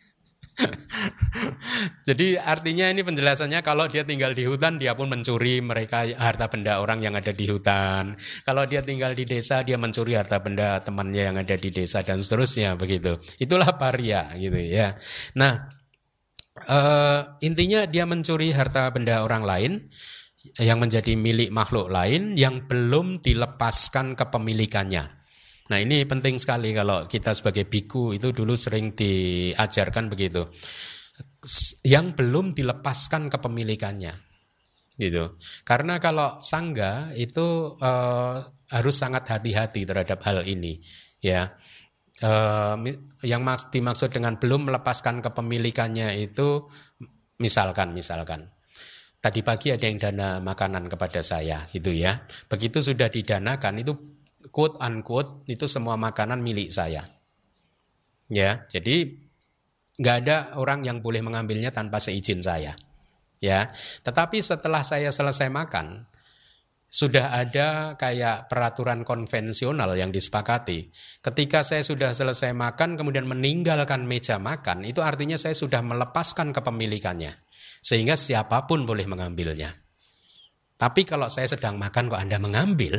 Jadi artinya ini penjelasannya kalau dia tinggal di hutan dia pun mencuri mereka harta benda orang yang ada di hutan. Kalau dia tinggal di desa dia mencuri harta benda temannya yang ada di desa dan seterusnya begitu. Itulah paria gitu ya. Nah uh, intinya dia mencuri harta benda orang lain yang menjadi milik makhluk lain yang belum dilepaskan kepemilikannya. Nah ini penting sekali kalau kita sebagai biku itu dulu sering diajarkan begitu. Yang belum dilepaskan kepemilikannya. Gitu. Karena kalau sangga itu uh, harus sangat hati-hati terhadap hal ini. Ya, uh, yang dimaksud dengan belum melepaskan kepemilikannya itu misalkan, misalkan. Tadi pagi ada yang dana makanan kepada saya gitu ya. Begitu sudah didanakan itu quote unquote itu semua makanan milik saya. Ya, jadi nggak ada orang yang boleh mengambilnya tanpa seizin saya. Ya, tetapi setelah saya selesai makan, sudah ada kayak peraturan konvensional yang disepakati. Ketika saya sudah selesai makan kemudian meninggalkan meja makan, itu artinya saya sudah melepaskan kepemilikannya. Sehingga siapapun boleh mengambilnya. Tapi kalau saya sedang makan kok Anda mengambil,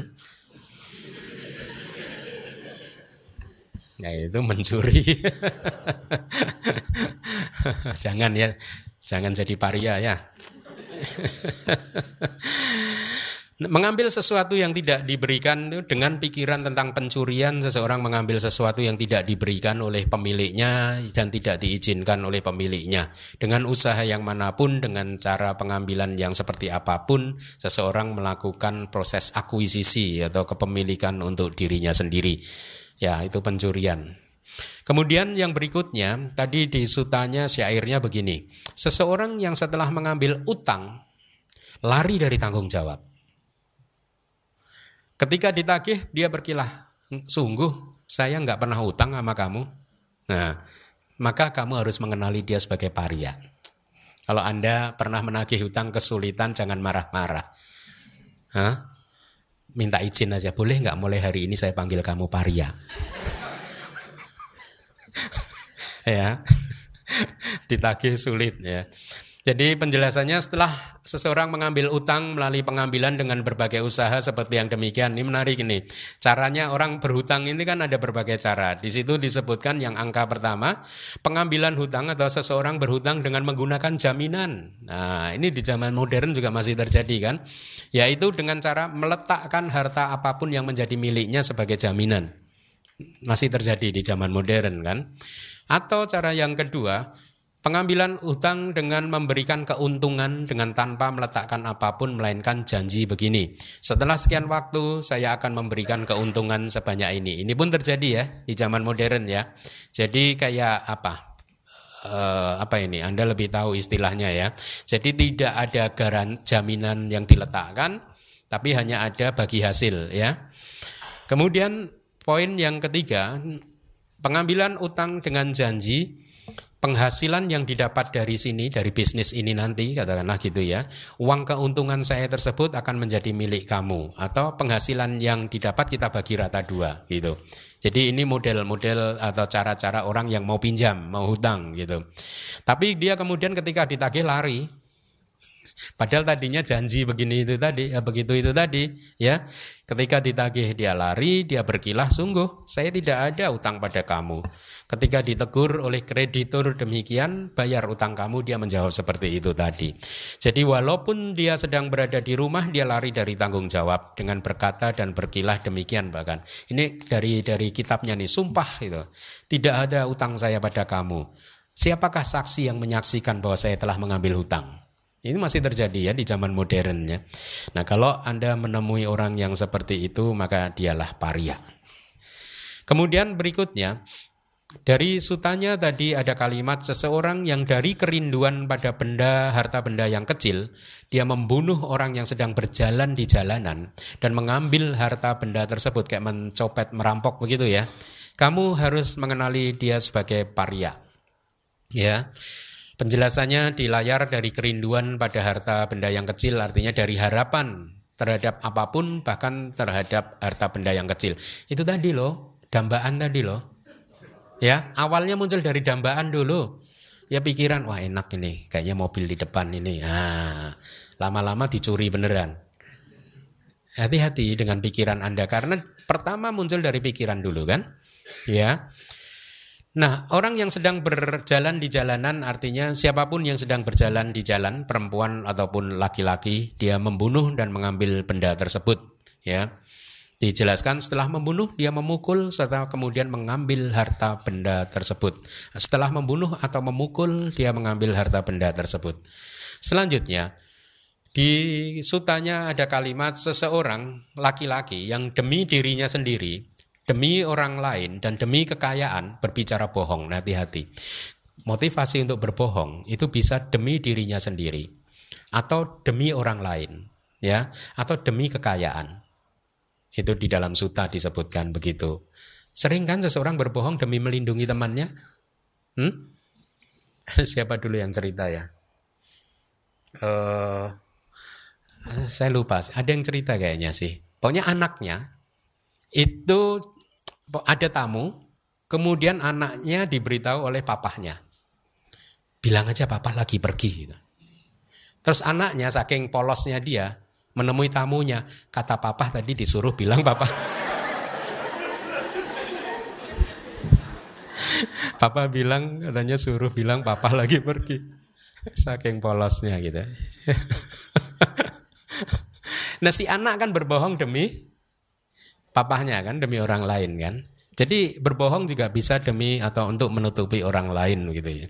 nah itu mencuri. Jangan ya, jangan jadi paria ya. Mengambil sesuatu yang tidak diberikan itu dengan pikiran tentang pencurian, seseorang mengambil sesuatu yang tidak diberikan oleh pemiliknya dan tidak diizinkan oleh pemiliknya. Dengan usaha yang manapun, dengan cara pengambilan yang seperti apapun, seseorang melakukan proses akuisisi atau kepemilikan untuk dirinya sendiri. Ya, itu pencurian. Kemudian yang berikutnya, tadi di sutanya syairnya begini. Seseorang yang setelah mengambil utang, lari dari tanggung jawab. Ketika ditagih, dia berkilah, sungguh saya nggak pernah utang sama kamu. Nah, maka kamu harus mengenali dia sebagai paria. Kalau Anda pernah menagih hutang kesulitan, jangan marah-marah. Hah? Minta izin aja, boleh nggak mulai hari ini saya panggil kamu paria? Ya, ditagih sulit ya. Jadi penjelasannya setelah seseorang mengambil utang melalui pengambilan dengan berbagai usaha seperti yang demikian. Ini menarik ini. Caranya orang berhutang ini kan ada berbagai cara. Di situ disebutkan yang angka pertama, pengambilan hutang atau seseorang berhutang dengan menggunakan jaminan. Nah, ini di zaman modern juga masih terjadi kan. Yaitu dengan cara meletakkan harta apapun yang menjadi miliknya sebagai jaminan. Masih terjadi di zaman modern kan. Atau cara yang kedua, pengambilan utang dengan memberikan keuntungan dengan tanpa meletakkan apapun melainkan janji begini. Setelah sekian waktu saya akan memberikan keuntungan sebanyak ini. Ini pun terjadi ya di zaman modern ya. Jadi kayak apa? Uh, apa ini? Anda lebih tahu istilahnya ya. Jadi tidak ada garan jaminan yang diletakkan, tapi hanya ada bagi hasil ya. Kemudian poin yang ketiga, pengambilan utang dengan janji. Penghasilan yang didapat dari sini, dari bisnis ini nanti, katakanlah gitu ya, uang keuntungan saya tersebut akan menjadi milik kamu. Atau penghasilan yang didapat kita bagi rata dua gitu. Jadi ini model-model atau cara-cara orang yang mau pinjam, mau hutang gitu. Tapi dia kemudian ketika ditagih lari. Padahal tadinya janji begini itu tadi, ya begitu itu tadi, ya. Ketika ditagih dia lari, dia berkilah, sungguh saya tidak ada utang pada kamu. Ketika ditegur oleh kreditur demikian, bayar utang kamu, dia menjawab seperti itu tadi. Jadi walaupun dia sedang berada di rumah, dia lari dari tanggung jawab dengan berkata dan berkilah demikian bahkan. Ini dari dari kitabnya nih, sumpah itu. Tidak ada utang saya pada kamu. Siapakah saksi yang menyaksikan bahwa saya telah mengambil hutang? Ini masih terjadi ya di zaman modern ya. Nah, kalau Anda menemui orang yang seperti itu, maka dialah paria. Kemudian berikutnya, dari sutanya tadi ada kalimat seseorang yang dari kerinduan pada benda, harta benda yang kecil, dia membunuh orang yang sedang berjalan di jalanan dan mengambil harta benda tersebut kayak mencopet, merampok begitu ya. Kamu harus mengenali dia sebagai paria. Ya. Penjelasannya di layar, dari kerinduan pada harta benda yang kecil artinya dari harapan terhadap apapun, bahkan terhadap harta benda yang kecil. Itu tadi loh, dambaan tadi loh. Ya, awalnya muncul dari dambaan dulu. Ya pikiran, wah enak ini, kayaknya mobil di depan ini. Ah, lama-lama dicuri beneran. Hati-hati dengan pikiran Anda karena pertama muncul dari pikiran dulu kan? Ya. Nah, orang yang sedang berjalan di jalanan artinya siapapun yang sedang berjalan di jalan, perempuan ataupun laki-laki, dia membunuh dan mengambil benda tersebut, ya. Dijelaskan setelah membunuh dia memukul serta kemudian mengambil harta benda tersebut. Setelah membunuh atau memukul dia mengambil harta benda tersebut. Selanjutnya di sutanya ada kalimat seseorang laki-laki yang demi dirinya sendiri, demi orang lain dan demi kekayaan berbicara bohong. Nah, hati-hati. Motivasi untuk berbohong itu bisa demi dirinya sendiri atau demi orang lain, ya, atau demi kekayaan. Itu di dalam suta disebutkan begitu. Sering kan seseorang berbohong demi melindungi temannya? Hmm? Siapa dulu yang cerita ya? Uh, saya lupa. Ada yang cerita kayaknya sih. Pokoknya anaknya itu ada tamu, kemudian anaknya diberitahu oleh papahnya, bilang aja papa lagi pergi. Terus anaknya saking polosnya dia menemui tamunya, kata papa tadi disuruh bilang papa. Papa bilang, katanya suruh bilang papa lagi pergi. Saking polosnya gitu. Nah si anak kan berbohong demi papahnya kan, demi orang lain kan. Jadi berbohong juga bisa demi atau untuk menutupi orang lain gitu ya.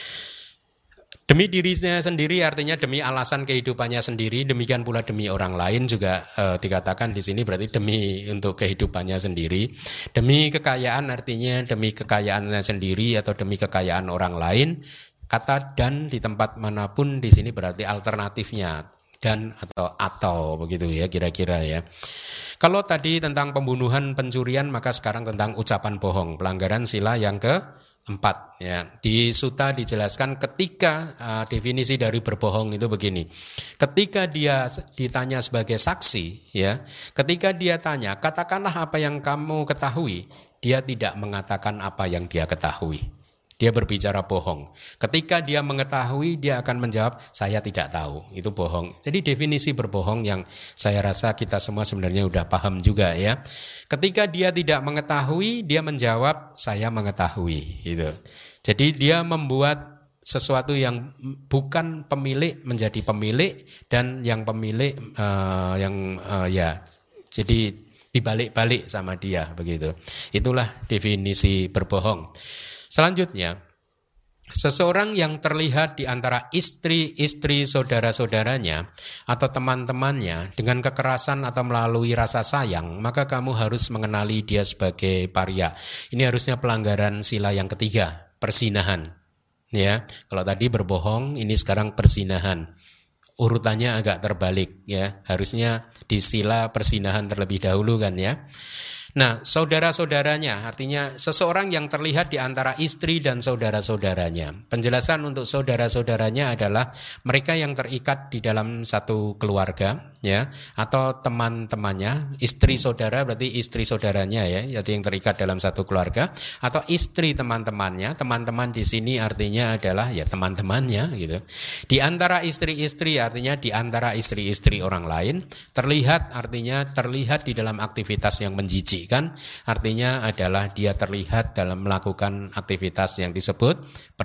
Demi dirinya sendiri artinya demi alasan kehidupannya sendiri, demikian pula demi orang lain juga e, dikatakan di sini berarti demi untuk kehidupannya sendiri. Demi kekayaan artinya demi kekayaannya sendiri atau demi kekayaan orang lain. Kata dan di tempat manapun di sini berarti alternatifnya dan atau atau begitu ya kira-kira ya. Kalau tadi tentang pembunuhan, pencurian, maka sekarang tentang ucapan bohong, pelanggaran sila yang ke Empat ya. Di Sutta dijelaskan ketika uh, definisi dari berbohong itu begini. Ketika dia ditanya sebagai saksi ya, ketika dia tanya katakanlah apa yang kamu ketahui, dia tidak mengatakan apa yang dia ketahui. Dia berbicara bohong. Ketika dia mengetahui, dia akan menjawab saya tidak tahu. Itu bohong. Jadi definisi berbohong yang saya rasa kita semua sebenarnya udah paham juga ya. Ketika dia tidak mengetahui, dia menjawab saya mengetahui. Gitu. Jadi dia membuat sesuatu yang bukan pemilik menjadi pemilik dan yang pemilik uh, yang uh, ya jadi dibalik-balik sama dia begitu. Itulah definisi berbohong. Selanjutnya, seseorang yang terlihat di antara istri-istri saudara-saudaranya atau teman-temannya dengan kekerasan atau melalui rasa sayang, maka kamu harus mengenali dia sebagai paria. Ini harusnya pelanggaran sila yang ketiga, persinahan. Ya, kalau tadi berbohong, ini sekarang persinahan. Urutannya agak terbalik ya. Harusnya di sila persinahan terlebih dahulu kan ya. Nah, saudara-saudaranya artinya seseorang yang terlihat di antara istri dan saudara-saudaranya. Penjelasan untuk saudara-saudaranya adalah mereka yang terikat di dalam satu keluarga ya, atau teman-temannya. Istri saudara berarti istri saudaranya ya, yaitu yang terikat dalam satu keluarga, atau istri teman-temannya. Teman-teman di sini artinya adalah ya teman-temannya gitu. Di antara istri-istri artinya di antara istri-istri orang lain. Terlihat artinya terlihat di dalam aktivitas yang menjijik. Kan artinya adalah dia terlihat dalam melakukan aktivitas yang disebut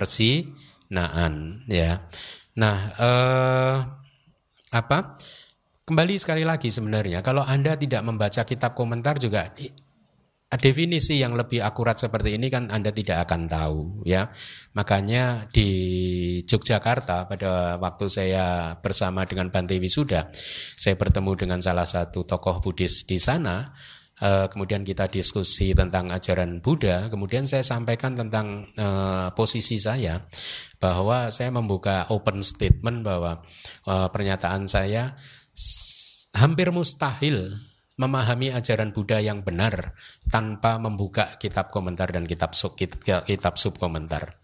perzinaan ya. Nah, eh, apa? Kembali sekali lagi sebenarnya kalau Anda tidak membaca kitab komentar juga definisi yang lebih akurat seperti ini kan Anda tidak akan tahu ya. Makanya di Yogyakarta pada waktu saya bersama dengan Bante Wisuda, saya bertemu dengan salah satu tokoh Buddhis di sana. Uh, kemudian kita diskusi tentang ajaran Buddha. Kemudian saya sampaikan tentang uh, posisi saya, bahwa saya membuka open statement bahwa uh, pernyataan saya s- hampir mustahil memahami ajaran Buddha yang benar tanpa membuka kitab komentar dan kitab sub kitab, kitab subkomentar.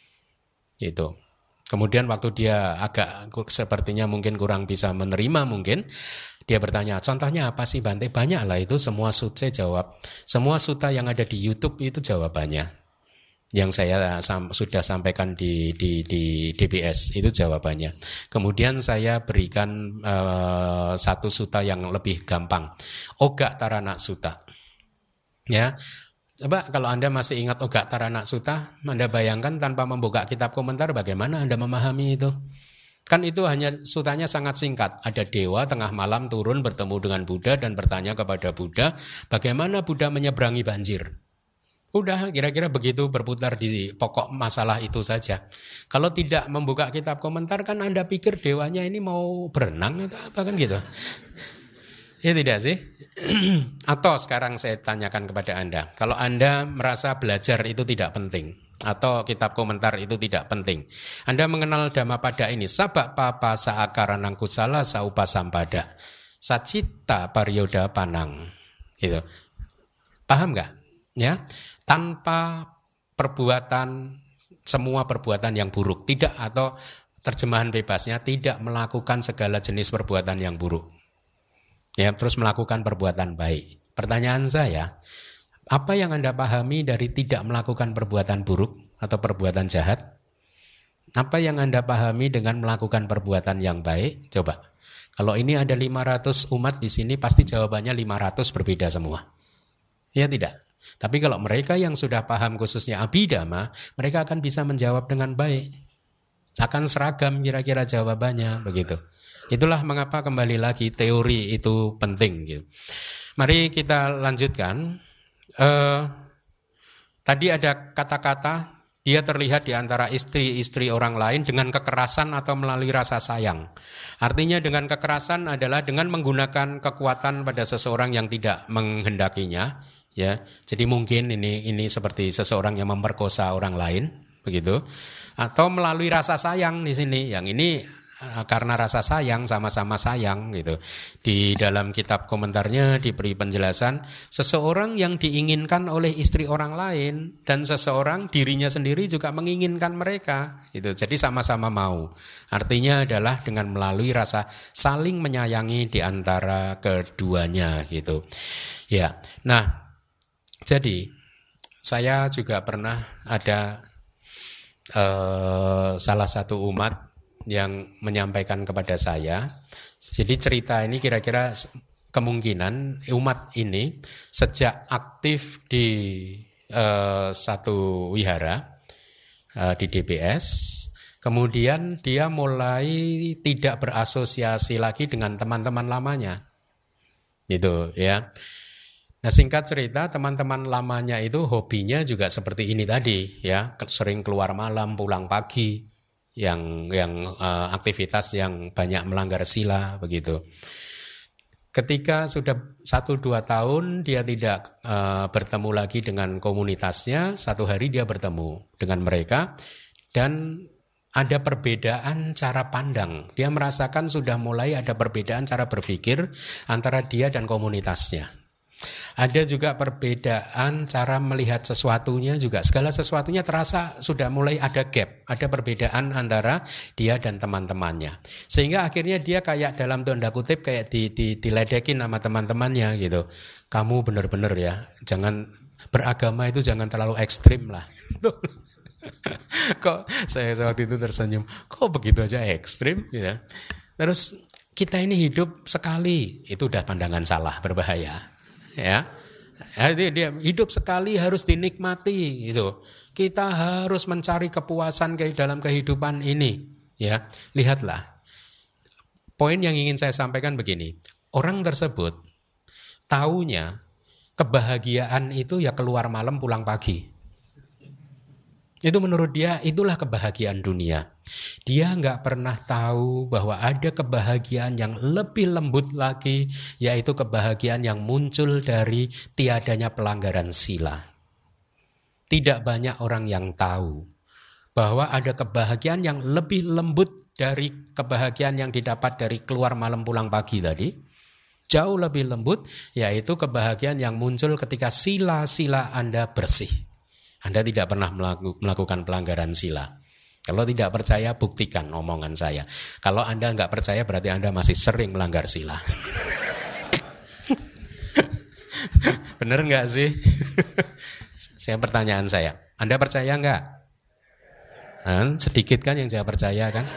Itu. Kemudian waktu dia agak sepertinya mungkin kurang bisa menerima mungkin, dia bertanya, contohnya apa sih Bante? Banyak lah itu, semua sutta saya jawab. Semua sutta yang ada di YouTube itu jawabannya. Yang saya sam- sudah sampaikan di, di, di D B S itu jawabannya. Kemudian saya berikan uh, satu sutta yang lebih gampang. Oga Tarana Sutta. Ya. Coba kalau Anda masih ingat Oga Tarana Sutta, Anda bayangkan tanpa membuka kitab komentar bagaimana Anda memahami itu. Kan itu hanya sutanya sangat singkat. Ada dewa tengah malam turun bertemu dengan Buddha dan bertanya kepada Buddha, bagaimana Buddha menyeberangi banjir? Udah kira-kira begitu, berputar di pokok masalah itu saja. Kalau tidak membuka kitab komentar kan Anda pikir dewanya ini mau berenang atau apa kan gitu. Ya tidak sih? Atau sekarang saya tanyakan kepada Anda, kalau Anda merasa belajar itu tidak penting, atau kitab komentar itu tidak penting, Anda mengenal Dhammapada ini, sabak papa saakaranang kusala saupasampada sacita paryoda panang, gitu. Paham nggak? Ya, tanpa perbuatan semua perbuatan yang buruk, tidak, atau terjemahan bebasnya tidak melakukan segala jenis perbuatan yang buruk. Ya, terus melakukan perbuatan baik. Pertanyaan saya, apa yang Anda pahami dari tidak melakukan perbuatan buruk atau perbuatan jahat? Apa yang Anda pahami dengan melakukan perbuatan yang baik? Coba. Kalau ini ada lima ratus umat di sini, pasti jawabannya lima ratus berbeda semua. Ya tidak? Tapi kalau mereka yang sudah paham khususnya Abhidhamma, mereka akan bisa menjawab dengan baik. Akan seragam kira-kira jawabannya, begitu. Itulah mengapa kembali lagi teori itu penting. Gitu. Mari kita lanjutkan. Uh, tadi ada kata-kata, dia terlihat di antara istri-istri orang lain dengan kekerasan atau melalui rasa sayang. Artinya dengan kekerasan adalah dengan menggunakan kekuatan pada seseorang yang tidak menghendakinya, ya. Jadi mungkin ini ini seperti seseorang yang memperkosa orang lain, begitu. Atau melalui rasa sayang di sini. Yang ini karena rasa sayang, sama-sama sayang gitu. Di dalam kitab komentarnya diberi penjelasan, seseorang yang diinginkan oleh istri orang lain dan seseorang dirinya sendiri juga menginginkan mereka gitu. Jadi sama-sama mau. Artinya adalah dengan melalui rasa saling menyayangi di antara keduanya gitu. Ya. Nah, jadi saya juga pernah ada uh, salah satu umat yang menyampaikan kepada saya. Jadi cerita ini kira-kira kemungkinan umat ini sejak aktif di uh, satu wihara uh, di D B S, kemudian dia mulai tidak berasosiasi lagi dengan teman-teman lamanya. Gitu ya. Nah, singkat cerita, teman-teman lamanya itu hobinya juga seperti ini tadi ya, sering keluar malam, pulang pagi. yang yang uh, aktivitas yang banyak melanggar sila begitu. Ketika sudah satu dua tahun dia tidak uh, bertemu lagi dengan komunitasnya, satu hari dia bertemu dengan mereka dan ada perbedaan cara pandang. Dia merasakan sudah mulai ada perbedaan cara berpikir antara dia dan komunitasnya. Ada juga perbedaan cara melihat sesuatunya juga. Segala sesuatunya terasa sudah mulai ada gap, ada perbedaan antara dia dan teman-temannya. Sehingga akhirnya dia kayak dalam tanda kutip kayak di, di, diledekin sama teman-temannya gitu. Kamu benar-benar ya, jangan beragama itu jangan terlalu ekstrim lah. Kok saya waktu itu tersenyum, kok begitu aja ekstrim gitu. Terus kita ini hidup sekali, itu udah pandangan salah, berbahaya. Ya, dia, dia hidup sekali harus dinikmati gitu. Kita harus mencari kepuasan ke dalam kehidupan ini. Ya, lihatlah. Poin yang ingin saya sampaikan begini. Orang tersebut taunya kebahagiaan itu ya keluar malam pulang pagi. Itu menurut dia itulah kebahagiaan dunia. Dia nggak pernah tahu bahwa ada kebahagiaan yang lebih lembut lagi, yaitu kebahagiaan yang muncul dari tiadanya pelanggaran sila. Tidak banyak orang yang tahu bahwa ada kebahagiaan yang lebih lembut dari kebahagiaan yang didapat dari keluar malam pulang pagi tadi. Jauh lebih lembut, yaitu kebahagiaan yang muncul ketika sila-sila Anda bersih. Anda tidak pernah melakukan pelanggaran sila. Kalau tidak percaya, buktikan omongan saya. Kalau Anda nggak percaya, berarti Anda masih sering melanggar sila. Bener nggak sih? Saya pertanyaan saya. Anda percaya nggak? Hmm, sedikit kan yang saya percaya kan?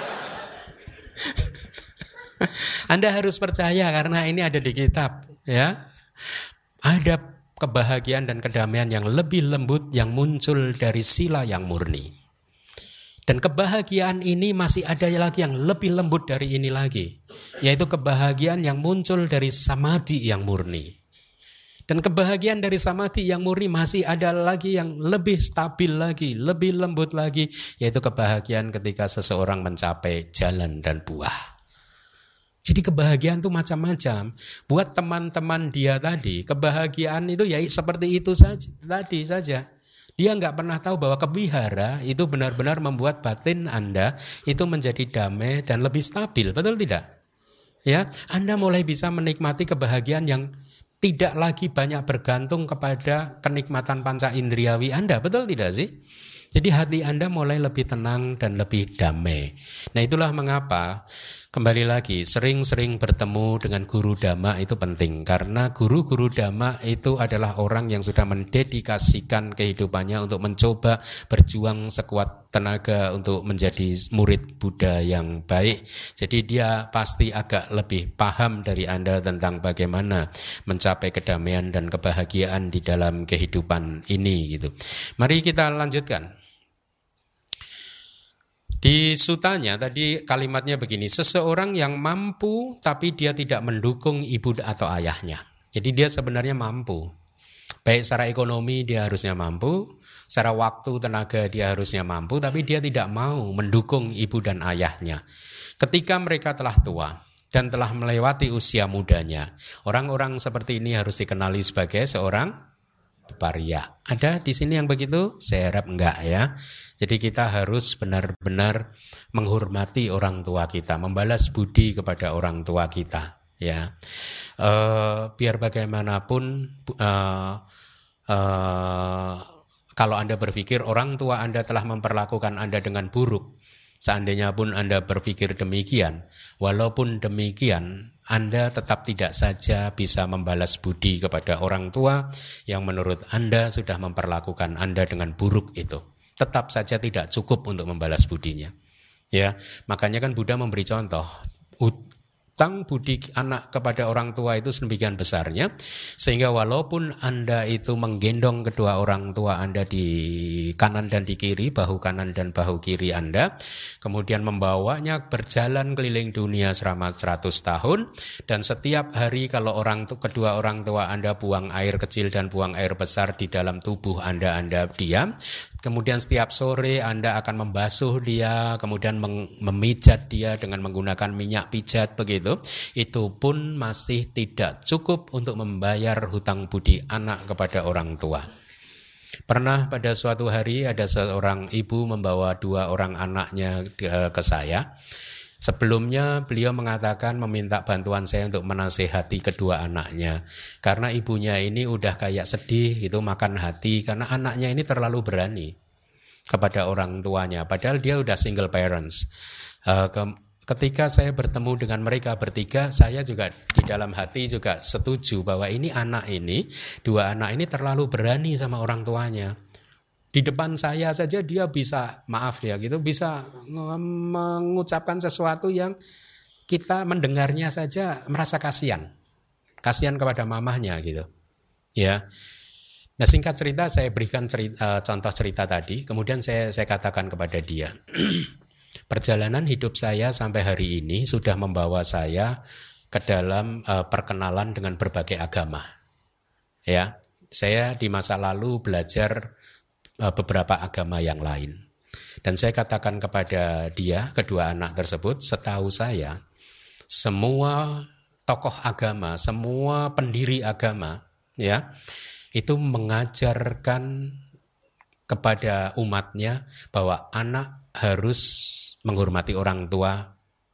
Anda harus percaya karena ini ada di kitab. Ya, ada kebahagiaan dan kedamaian yang lebih lembut yang muncul dari sila yang murni. Dan kebahagiaan ini masih ada lagi yang lebih lembut dari ini lagi, yaitu kebahagiaan yang muncul dari samadhi yang murni. Dan kebahagiaan dari samadhi yang murni masih ada lagi yang lebih stabil lagi, lebih lembut lagi, yaitu kebahagiaan ketika seseorang mencapai jalan dan buah. Jadi kebahagiaan itu macam-macam. Buat teman-teman dia tadi, kebahagiaan itu ya seperti itu saja, tadi saja. Dia nggak pernah tahu bahwa kewihara itu benar-benar membuat batin Anda itu menjadi damai dan lebih stabil, betul tidak? Ya, Anda mulai bisa menikmati kebahagiaan yang tidak lagi banyak bergantung kepada kenikmatan panca indriawi Anda, betul tidak sih? Jadi hati Anda mulai lebih tenang dan lebih damai. Nah itulah mengapa kembali lagi sering-sering bertemu dengan guru dhamma itu penting. Karena guru-guru dhamma itu adalah orang yang sudah mendedikasikan kehidupannya untuk mencoba berjuang sekuat tenaga untuk menjadi murid Buddha yang baik. Jadi dia pasti agak lebih paham dari Anda tentang bagaimana mencapai kedamaian dan kebahagiaan di dalam kehidupan ini gitu. Mari kita lanjutkan. Di sutanya tadi kalimatnya begini, seseorang yang mampu tapi dia tidak mendukung ibu atau ayahnya. Jadi dia sebenarnya mampu. Baik secara ekonomi dia harusnya mampu, secara waktu tenaga dia harusnya mampu, tapi dia tidak mau mendukung ibu dan ayahnya. Ketika mereka telah tua dan telah melewati usia mudanya, orang-orang seperti ini harus dikenali sebagai seorang paria. Ada di sini yang begitu? Saya harap enggak ya. Jadi kita harus benar-benar menghormati orang tua kita, membalas budi kepada orang tua kita, ya. E, biar bagaimanapun, e, e, kalau Anda berpikir orang tua Anda telah memperlakukan Anda dengan buruk, seandainya pun Anda berpikir demikian, walaupun demikian Anda tetap tidak saja bisa membalas budi kepada orang tua yang menurut Anda sudah memperlakukan Anda dengan buruk itu. Tetap saja tidak cukup untuk membalas budinya. Ya, makanya kan Buddha memberi contoh, utang budi anak kepada orang tua itu sedemikian besarnya, sehingga walaupun Anda itu menggendong kedua orang tua Anda di kanan dan di kiri, bahu kanan dan bahu kiri Anda, kemudian membawanya berjalan keliling dunia selama seratus tahun, dan setiap hari kalau orang kedua orang tua Anda buang air kecil dan buang air besar di dalam tubuh Anda, Anda diam. Kemudian setiap sore Anda akan membasuh dia, kemudian memijat dia dengan menggunakan minyak pijat begitu. Itu pun masih tidak cukup untuk membayar hutang budi anak kepada orang tua. Pernah pada suatu hari ada seorang ibu membawa dua orang anaknya ke saya. Sebelumnya beliau mengatakan meminta bantuan saya untuk menasehati kedua anaknya. Karena ibunya ini udah kayak sedih gitu, makan hati karena anaknya ini terlalu berani kepada orang tuanya. Padahal dia udah single parents. Uh, ke- ketika saya bertemu dengan mereka bertiga, saya juga di dalam hati juga setuju bahwa ini anak ini, dua anak ini terlalu berani sama orang tuanya. Di depan saya saja dia bisa, maaf ya gitu, bisa mengucapkan sesuatu yang kita mendengarnya saja merasa kasihan. Kasihan kepada mamahnya gitu. Ya. Nah, singkat cerita saya berikan cerita, uh, contoh cerita tadi, kemudian saya saya katakan kepada dia, perjalanan hidup saya sampai hari ini sudah membawa saya ke dalam uh, perkenalan dengan berbagai agama. Ya, saya di masa lalu belajar beberapa agama yang lain. Dan saya katakan kepada dia, kedua anak tersebut, setahu saya, semua tokoh agama, semua pendiri agama, ya, itu mengajarkan kepada umatnya bahwa anak harus menghormati orang tua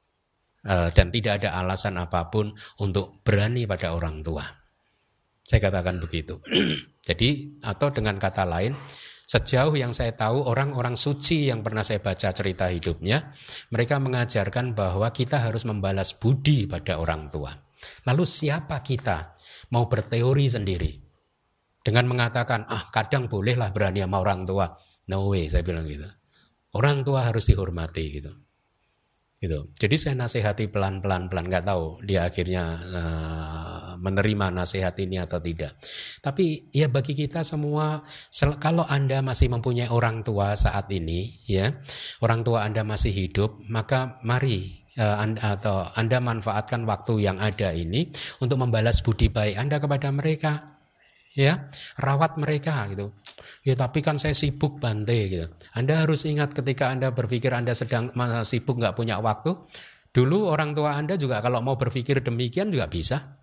dan tidak ada alasan apapun untuk berani pada orang tua. Saya katakan begitu. Jadi, atau dengan kata lain, sejauh yang saya tahu orang-orang suci yang pernah saya baca cerita hidupnya, mereka mengajarkan bahwa kita harus membalas budi pada orang tua. Lalu siapa kita mau berteori sendiri dengan mengatakan, ah kadang bolehlah berani sama orang tua. No way, saya bilang gitu. Orang tua harus dihormati gitu. Gitu. Jadi saya nasihati pelan-pelan, pelan nggak tahu dia akhirnya uh, menerima nasihat ini atau tidak. Tapi ya bagi kita semua, kalau Anda masih mempunyai orang tua saat ini, ya orang tua Anda masih hidup, maka mari uh, anda, atau Anda manfaatkan waktu yang ada ini untuk membalas budi baik Anda kepada mereka. Ya, rawat mereka gitu. Ya tapi kan saya sibuk Bante gitu. Anda harus ingat ketika Anda berpikir Anda sedang sibuk nggak punya waktu, dulu orang tua Anda juga kalau mau berpikir demikian juga bisa.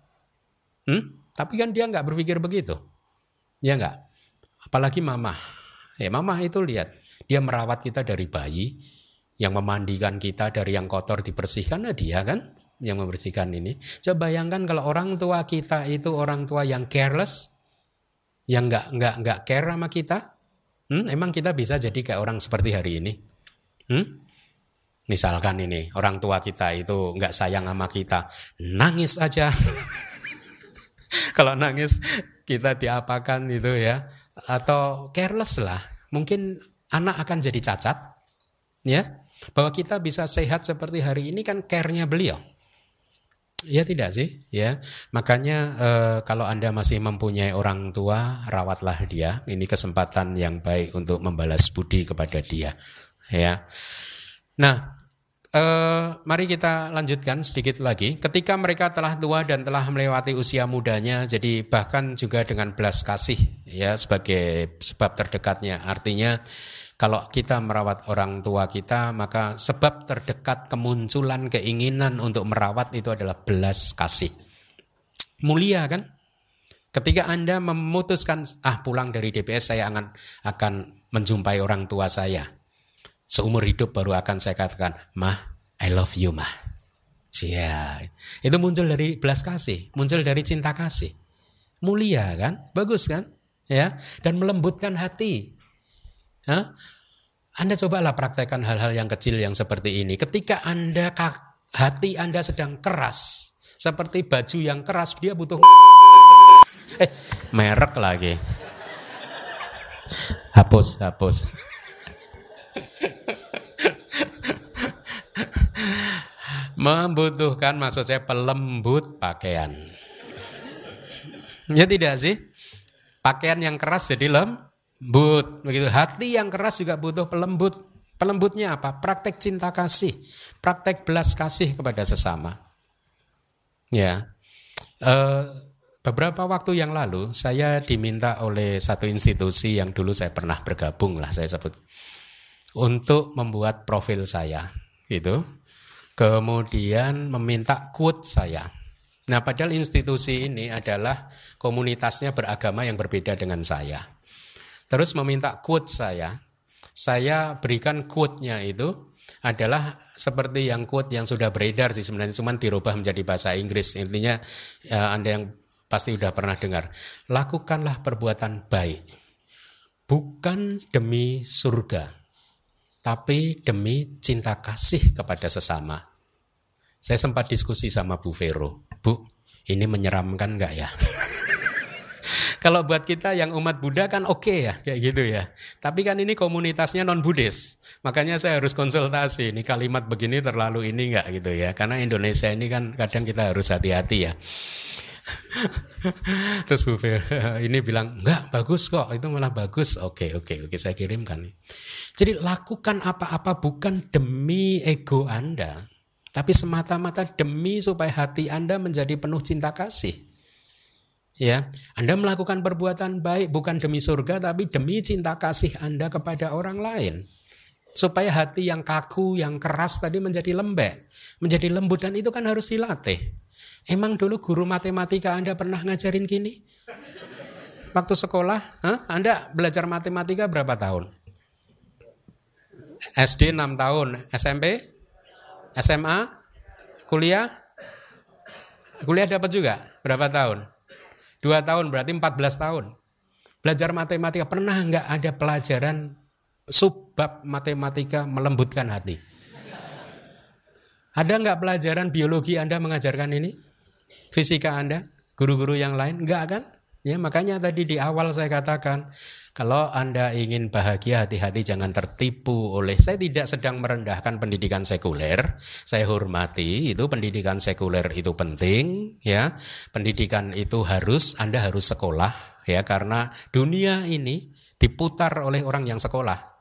Hmm? Tapi kan dia nggak berpikir begitu. Ya nggak. Apalagi mama. Ya mama itu lihat, dia merawat kita dari bayi, yang memandikan kita dari yang kotor dibersihkan, nah dia kan yang membersihkan ini. Coba bayangkan kalau orang tua kita itu orang tua yang careless, yang nggak nggak nggak care sama kita, Hmm, emang kita bisa jadi kayak orang seperti hari ini? Hmm? Misalkan ini orang tua kita itu nggak sayang sama kita, nangis aja. Kalau nangis kita diapakan itu ya, atau careless lah, mungkin anak akan jadi cacat, ya. Bahwa kita bisa sehat seperti hari ini kan care-nya beliau. Ya tidak sih, ya. Makanya eh, kalau Anda masih mempunyai orang tua, rawatlah dia. Ini kesempatan yang baik untuk membalas budi kepada dia, ya. Nah, eh, mari kita lanjutkan sedikit lagi. Ketika mereka telah tua dan telah melewati usia mudanya, jadi bahkan juga dengan belas kasih, ya, sebagai sebab terdekatnya. Artinya kalau kita merawat orang tua kita, maka sebab terdekat kemunculan keinginan untuk merawat itu adalah belas kasih. Mulia kan? Ketika Anda memutuskan, ah pulang dari D P S saya akan akan menjumpai orang tua saya. Seumur hidup baru akan saya katakan, Mah, I love you, Mah. Ya, itu muncul dari belas kasih, muncul dari cinta kasih. Mulia kan? Bagus kan? Ya, dan melembutkan hati. Hah? Anda cobalah praktekkan hal-hal yang kecil yang seperti ini. Ketika Anda hati Anda sedang keras, seperti baju yang keras, dia butuh eh merek lagi. Hapus, hapus. Membutuhkan, maksud saya pelembut pakaian. Ya tidak sih? Pakaian yang keras jadi lembut. Lembut, begitu. Hati yang keras juga butuh pelembut. Pelembutnya apa? Praktek cinta kasih, praktek belas kasih kepada sesama. Ya, e, beberapa waktu yang lalu saya diminta oleh satu institusi yang dulu saya pernah bergabung lah, saya sebut, untuk membuat profil saya, gitu. Kemudian meminta quote saya. Nah, padahal institusi ini adalah komunitasnya beragama yang berbeda dengan saya. Terus meminta quote saya, saya berikan quote-nya itu adalah seperti yang quote yang sudah beredar sih sebenarnya, cuman dirubah menjadi bahasa Inggris. Intinya ya, Anda yang pasti sudah pernah dengar, lakukanlah perbuatan baik, bukan demi surga, tapi demi cinta kasih kepada sesama. Saya sempat diskusi sama Bu Vero, Bu, ini menyeramkan enggak ya? Kalau buat kita yang umat Buddha kan oke okay ya, kayak gitu ya. Tapi kan ini komunitasnya non-Buddhis. Makanya saya harus konsultasi, ini kalimat begini terlalu ini enggak gitu ya. Karena Indonesia ini kan kadang kita harus hati-hati ya. Terus Bu Fer ini bilang, enggak, bagus kok, itu malah bagus. Oke, oke, oke, saya kirimkan. Jadi lakukan apa-apa bukan demi ego Anda, tapi semata-mata demi supaya hati Anda menjadi penuh cinta kasih. Ya, Anda melakukan perbuatan baik bukan demi surga tapi demi cinta kasih Anda kepada orang lain. Supaya hati yang kaku, yang keras tadi menjadi lembek, menjadi lembut, dan itu kan harus dilatih. Emang dulu guru matematika Anda pernah ngajarin gini? Waktu sekolah, huh? Anda belajar matematika berapa tahun? S D enam tahun, S M P, S M A, kuliah? Kuliah dapat juga? Berapa tahun? Dua tahun, berarti empat belas tahun. Belajar matematika, pernah enggak ada pelajaran subbab matematika melembutkan hati? Ada enggak pelajaran biologi Anda mengajarkan ini? Fisika Anda? Guru-guru yang lain? Enggak kan? Ya, makanya tadi di awal saya katakan, kalau Anda ingin bahagia, hati-hati jangan tertipu oleh, saya tidak sedang merendahkan pendidikan sekuler. Saya hormati, itu pendidikan sekuler itu penting, ya. Pendidikan itu harus, Anda harus sekolah, ya, karena dunia ini diputar oleh orang yang sekolah.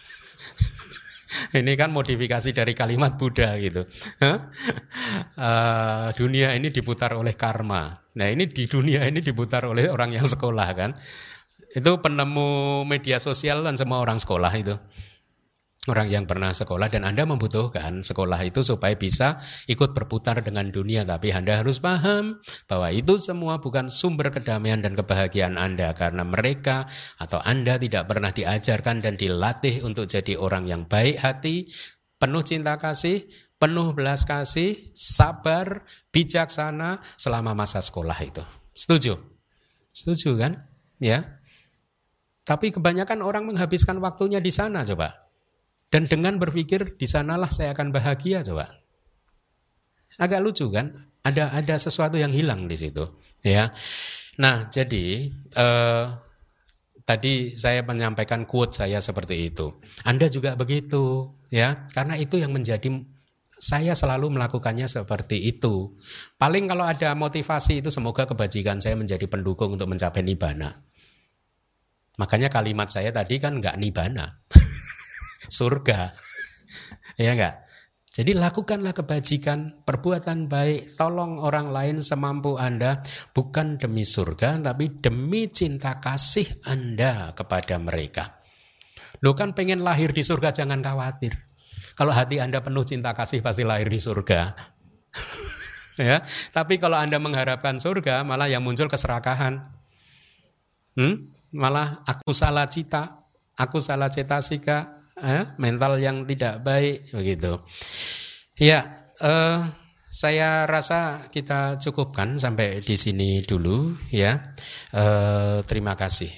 Ini kan modifikasi dari kalimat Buddha gitu. uh, dunia ini diputar oleh karma. Nah, ini di dunia ini diputar oleh orang yang sekolah kan. Itu penemu media sosial dan semua orang sekolah itu. Orang yang pernah sekolah, dan Anda membutuhkan sekolah itu supaya bisa ikut berputar dengan dunia. Tapi Anda harus paham bahwa itu semua bukan sumber kedamaian dan kebahagiaan Anda, karena mereka atau Anda tidak pernah diajarkan dan dilatih untuk jadi orang yang baik hati, penuh cinta kasih, penuh belas kasih, sabar, bijaksana selama masa sekolah itu. Setuju? Setuju kan? Ya. Tapi kebanyakan orang menghabiskan waktunya di sana coba. Dan dengan berpikir di sanalah saya akan bahagia coba. Agak lucu kan? Ada ada sesuatu yang hilang di situ, ya. Nah, jadi eh, tadi saya menyampaikan quote saya seperti itu. Anda juga begitu, ya. Karena itu yang menjadi, saya selalu melakukannya seperti itu. Paling kalau ada motivasi itu semoga kebajikan saya menjadi pendukung untuk mencapai nibbana. Makanya kalimat saya tadi kan nggak nibbana, surga, ya nggak. Jadi lakukanlah kebajikan, perbuatan baik, tolong orang lain semampu Anda, bukan demi surga, tapi demi cinta kasih Anda kepada mereka. Lo kan pengen lahir di surga, jangan khawatir. Kalau hati Anda penuh cinta kasih pasti lahir di surga. Ya, tapi kalau Anda mengharapkan surga, malah yang muncul keserakahan. Hmm? Malah aku salah cita, aku salah cetasika. Eh, mental yang tidak baik begitu. Ya, eh, saya rasa kita cukupkan sampai di sini dulu ya. Eh, terima kasih.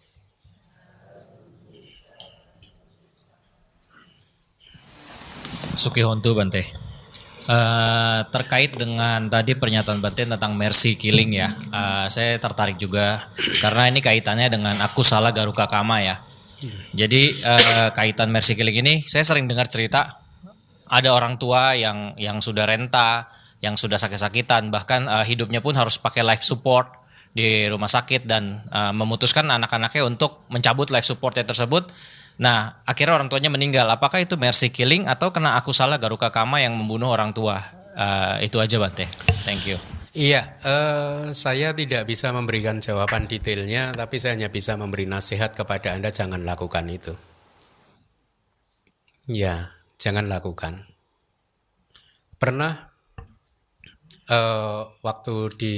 Sukihontu Bante. Uh, terkait dengan tadi pernyataan Bante tentang mercy killing ya, uh, saya tertarik juga karena ini kaitannya dengan aku salah garuka kama ya. Jadi uh, kaitan mercy killing ini saya sering dengar cerita ada orang tua yang yang sudah renta, yang sudah sakit-sakitan, bahkan uh, hidupnya pun harus pakai life support di rumah sakit dan uh, memutuskan anak-anaknya untuk mencabut life supportnya tersebut. Nah, akhirnya orang tuanya meninggal. Apakah itu mercy killing atau kena aku salah garuka kama yang membunuh orang tua? Uh, itu aja Bante. Thank you. Iya, eh, saya tidak bisa memberikan jawaban detailnya, tapi saya hanya bisa memberi nasihat kepada Anda, jangan lakukan itu. Ya, jangan lakukan. Pernah eh, waktu di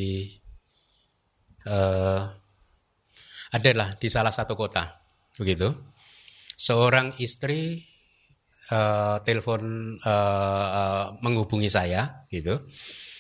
eh, adalah di salah satu kota, begitu. Seorang istri eh, telepon eh, eh, menghubungi saya, gitu.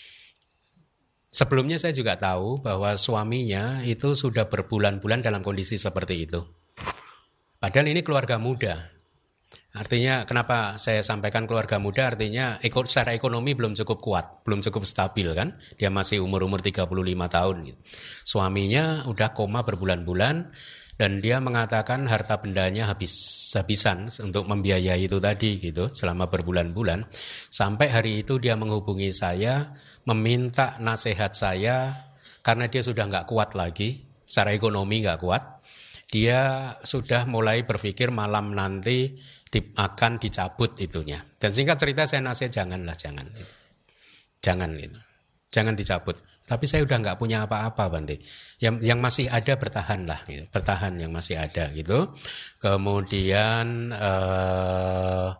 Sebelumnya saya juga tahu bahwa suaminya itu sudah berbulan-bulan dalam kondisi seperti itu. Padahal ini keluarga muda. Artinya kenapa saya sampaikan keluarga muda, artinya secara ekonomi belum cukup kuat, belum cukup stabil kan. Dia masih umur-umur tiga puluh lima tahun. Suaminya udah koma berbulan-bulan dan dia mengatakan harta bendanya habis-habisan untuk membiayai itu tadi gitu selama berbulan-bulan. Sampai hari itu dia menghubungi saya, meminta nasihat saya karena dia sudah nggak kuat lagi, secara ekonomi nggak kuat. Dia sudah mulai berpikir malam nanti akan dicabut itunya. Dan singkat cerita saya nasihat janganlah, jangan, jangan itu, jangan dicabut. Tapi saya udah nggak punya apa-apa Bante. Yang yang masih ada bertahanlah, gitu. Bertahan yang masih ada gitu. Kemudian eh,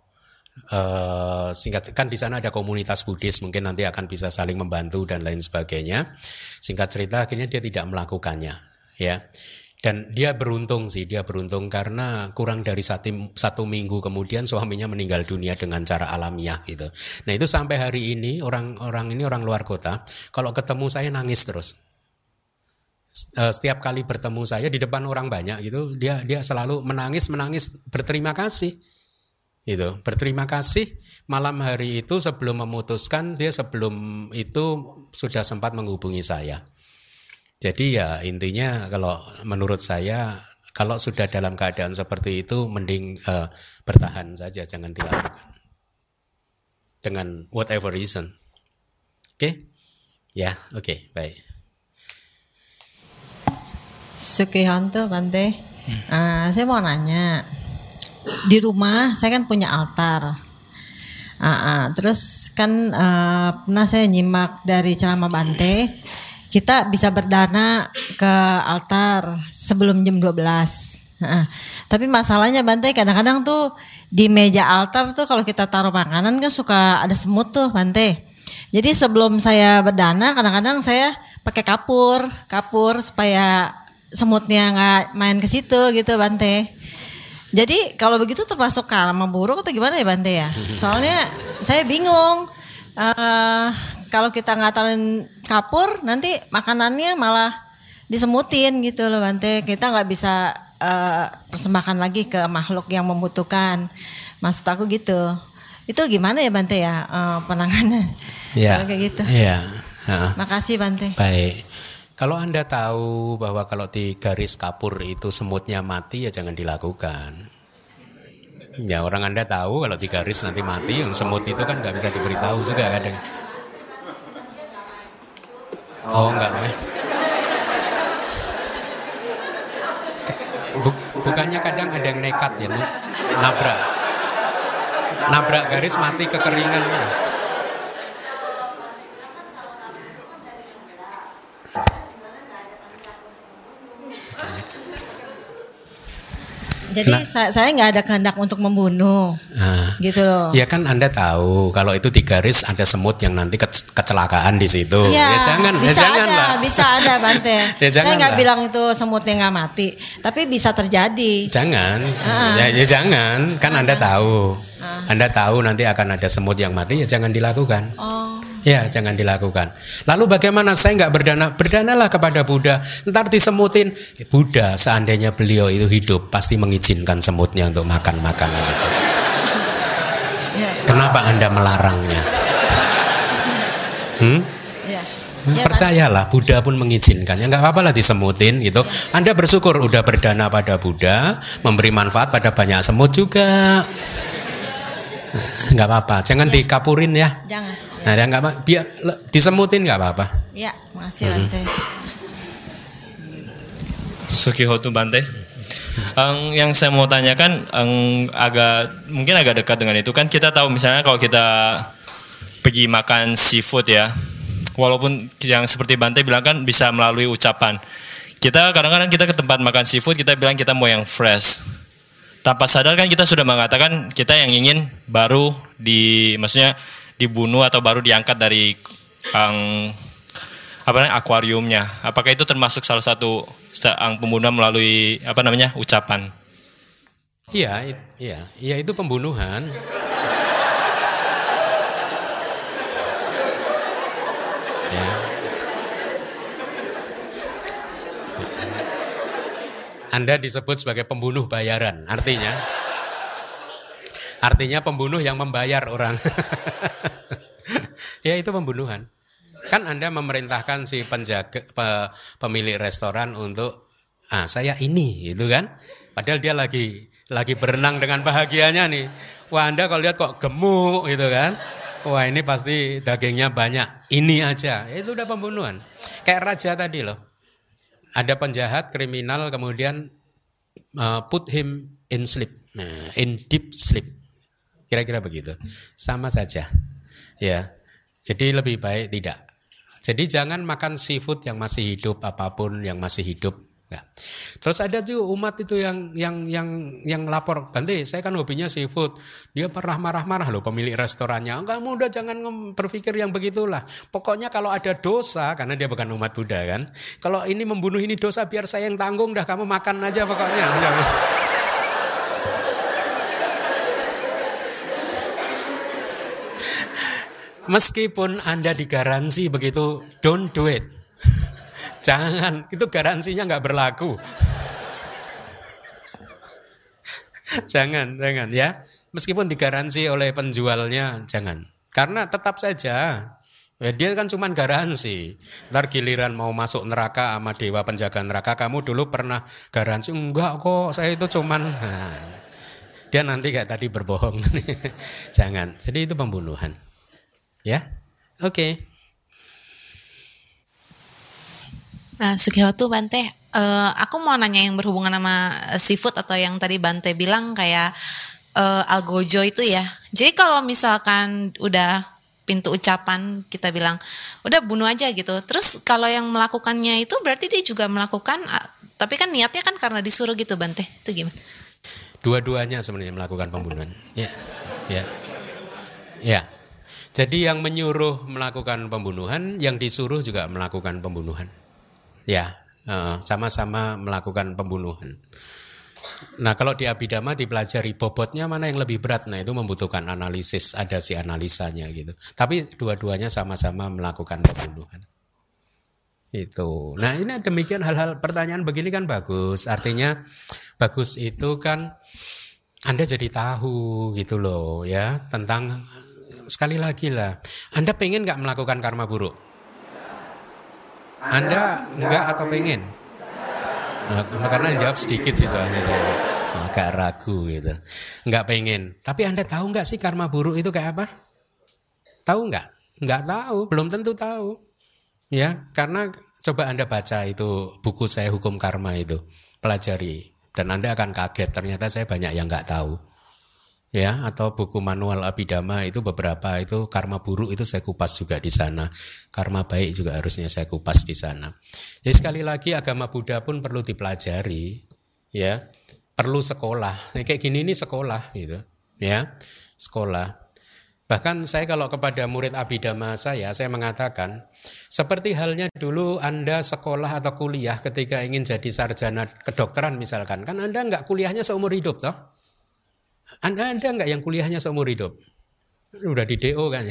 Uh, singkat kan di sana ada komunitas Buddhis, mungkin nanti akan bisa saling membantu dan lain sebagainya. Singkat cerita akhirnya dia tidak melakukannya, ya. Dan dia beruntung sih, dia beruntung karena kurang dari satu, satu minggu kemudian suaminya meninggal dunia dengan cara alamiah gitu. Nah itu sampai hari ini orang-orang ini orang luar kota, kalau ketemu saya nangis terus. Setiap kali bertemu saya di depan orang banyak gitu, dia dia selalu menangis menangis berterima kasih. Itu berterima kasih. Malam hari itu sebelum memutuskan, dia sebelum itu sudah sempat menghubungi saya. Jadi ya intinya kalau menurut saya kalau sudah dalam keadaan seperti itu mending uh, bertahan saja, jangan dilakukan dengan whatever reason. Oke? Okay? Ya, oke, okay, baik. Sukihanto Bante, hmm. uh, saya mau nanya. Di rumah saya kan punya altar, uh, uh, terus kan uh, pernah saya nyimak dari ceramah Bante, kita bisa berdana ke altar sebelum jam dua belas. Uh, tapi masalahnya Bante kadang-kadang tuh di meja altar tuh kalau kita taruh makanan kan suka ada semut tuh Bante. Jadi sebelum saya berdana kadang-kadang saya pakai kapur, kapur supaya semutnya nggak main ke situ gitu Bante. Jadi kalau begitu termasuk karma buruk atau gimana ya Bante ya? Soalnya saya bingung. Uh, kalau kita ngatarin kapur nanti makanannya malah disemutin gitu loh Bante. Kita nggak bisa uh, persembahkan lagi ke makhluk yang membutuhkan. Maksud aku gitu. Itu gimana ya Bante ya uh, penanganan? Ya. Kayak gitu. Iya. Uh. Makasih Bante. Baik. Kalau Anda tahu bahwa kalau di garis kapur itu semutnya mati, ya jangan dilakukan. Ya orang Anda tahu kalau di garis nanti mati, yang semut itu kan nggak bisa diberitahu juga kadang. Oh enggak, bukannya kadang ada yang nekat ya, nabrak, nabrak garis mati kekeringan gitu. Jadi nah, saya, saya nggak ada kehendak untuk membunuh, nah, gitu loh. Ya kan Anda tahu kalau itu di garis ada semut yang nanti ke- kecelakaan di situ. Ya, ya jangan, bisa ya jangan ada, lah. bisa ada Bante. Ya saya nggak lah. bilang itu semutnya nggak mati, tapi bisa terjadi. Jangan, ah. ya, ya jangan. Kan ah. Anda tahu, ah. Anda tahu nanti akan ada semut yang mati, ya jangan dilakukan. Oh. Ya jangan dilakukan. Lalu bagaimana saya nggak berdana? Berdanalah kepada Buddha. Ntar disemutin. Buddha seandainya beliau itu hidup pasti mengizinkan semutnya untuk makan makanan itu. Ya. Kenapa Anda melarangnya? Hmm? Ya. Ya, percayalah Buddha pun mengizinkannya. Nggak apa-apa lah disemutin gitu. Ya. Anda bersyukur udah berdana pada Buddha, memberi manfaat pada banyak semut juga. Nggak apa-apa. Jangan ya. Dikapurin ya. Jangan. Nah, ya nggak apa, biar disemutin nggak apa-apa. Ya, makasih Bante. Sukihotu Bante. Um, yang saya mau tanyakan um, agak mungkin agak dekat dengan itu kan kita tahu misalnya kalau kita pergi makan seafood ya, walaupun yang seperti Bante bilang kan bisa melalui ucapan. Kita kadang-kadang kita ke tempat makan seafood kita bilang kita mau yang fresh. Tanpa sadar kan kita sudah mengatakan kita yang ingin baru di maksudnya dibunuh atau baru diangkat dari um, apa namanya akuariumnya. Apakah itu termasuk salah satu seang pembunuhan melalui apa namanya ucapan? Iya, iya, iya itu pembunuhan. Ya. Anda disebut sebagai pembunuh bayaran, artinya artinya pembunuh yang membayar orang. Ya itu pembunuhan. Kan Anda memerintahkan si penjaga pe, pemilik restoran untuk ah saya ini gitu kan. Padahal dia lagi lagi berenang dengan bahagianya nih. Wah Anda kalau lihat kok gemuk gitu kan. Wah ini pasti dagingnya banyak. Ini aja. Itu udah pembunuhan. Kayak raja tadi loh. Ada penjahat kriminal kemudian uh, put him in sleep. Nah, in deep sleep. Kira-kira begitu. Sama saja. Ya. Jadi lebih baik tidak. Jadi jangan makan seafood yang masih hidup, apapun yang masih hidup. Enggak. Terus ada juga umat itu yang yang yang yang lapor, Bante, saya kan hobinya seafood. Dia pernah marah-marah loh pemilik restorannya. Kamu udah jangan berpikir yang begitulah. Pokoknya kalau ada dosa, karena dia bukan umat Buddha kan. Kalau ini membunuh ini dosa, biar saya yang tanggung dah. Kamu makan aja pokoknya. Meskipun Anda digaransi begitu, don't do it. Jangan, itu garansinya nggak berlaku. Jangan, jangan ya. Meskipun digaransi oleh penjualnya, jangan. Karena tetap saja, ya dia kan cuma garansi. Ntar giliran mau masuk neraka sama dewa penjaga neraka, kamu dulu pernah garansi, enggak kok, saya itu cuman. Nah, dia nanti kayak tadi berbohong. Jangan, jadi itu pembunuhan. Ya, oke. Okay. Nah, Sukihotu Bante, uh, aku mau nanya yang berhubungan sama seafood atau yang tadi Bante bilang kayak uh, algojo itu ya. Jadi kalau misalkan udah pintu ucapan kita bilang udah bunuh aja gitu. Terus kalau yang melakukannya itu berarti dia juga melakukan, tapi kan niatnya kan karena disuruh gitu Bante. Itu gimana? Dua-duanya sebenarnya melakukan pembunuhan. Ya, ya, ya. Jadi yang menyuruh melakukan pembunuhan, yang disuruh juga melakukan pembunuhan. Ya, sama-sama melakukan pembunuhan. Nah kalau di Abhidhamma dipelajari bobotnya mana yang lebih berat, nah itu membutuhkan analisis, ada si analisanya gitu. Tapi dua-duanya sama-sama melakukan pembunuhan. Itu. Nah ini demikian hal-hal pertanyaan begini kan bagus. Artinya bagus itu kan Anda jadi tahu gitu loh ya tentang sekali lagi lah. Anda pengen nggak melakukan karma buruk? Anda enggak atau pengen? Nah, karena jawab sedikit sih soalnya agak ragu gitu. Enggak pengen. Tapi Anda tahu nggak sih karma buruk itu kayak apa? Tahu nggak? Nggak tahu. Belum tentu tahu. Ya, karena coba Anda baca itu buku saya Hukum Karma itu, pelajari dan Anda akan kaget ternyata saya banyak yang nggak tahu. Ya, atau buku manual Abhidhamma itu beberapa itu karma buruk itu saya kupas juga di sana. Karma baik juga harusnya saya kupas di sana. Jadi sekali lagi agama Buddha pun perlu dipelajari, ya. Perlu sekolah. Kayak gini nih sekolah gitu, ya. Sekolah. Bahkan saya kalau kepada murid Abhidhamma saya, saya mengatakan, seperti halnya dulu Anda sekolah atau kuliah ketika ingin jadi sarjana kedokteran misalkan, kan Anda enggak kuliahnya seumur hidup toh? Anda ada enggak yang kuliahnya seumur hidup? Udah di D O kan ya?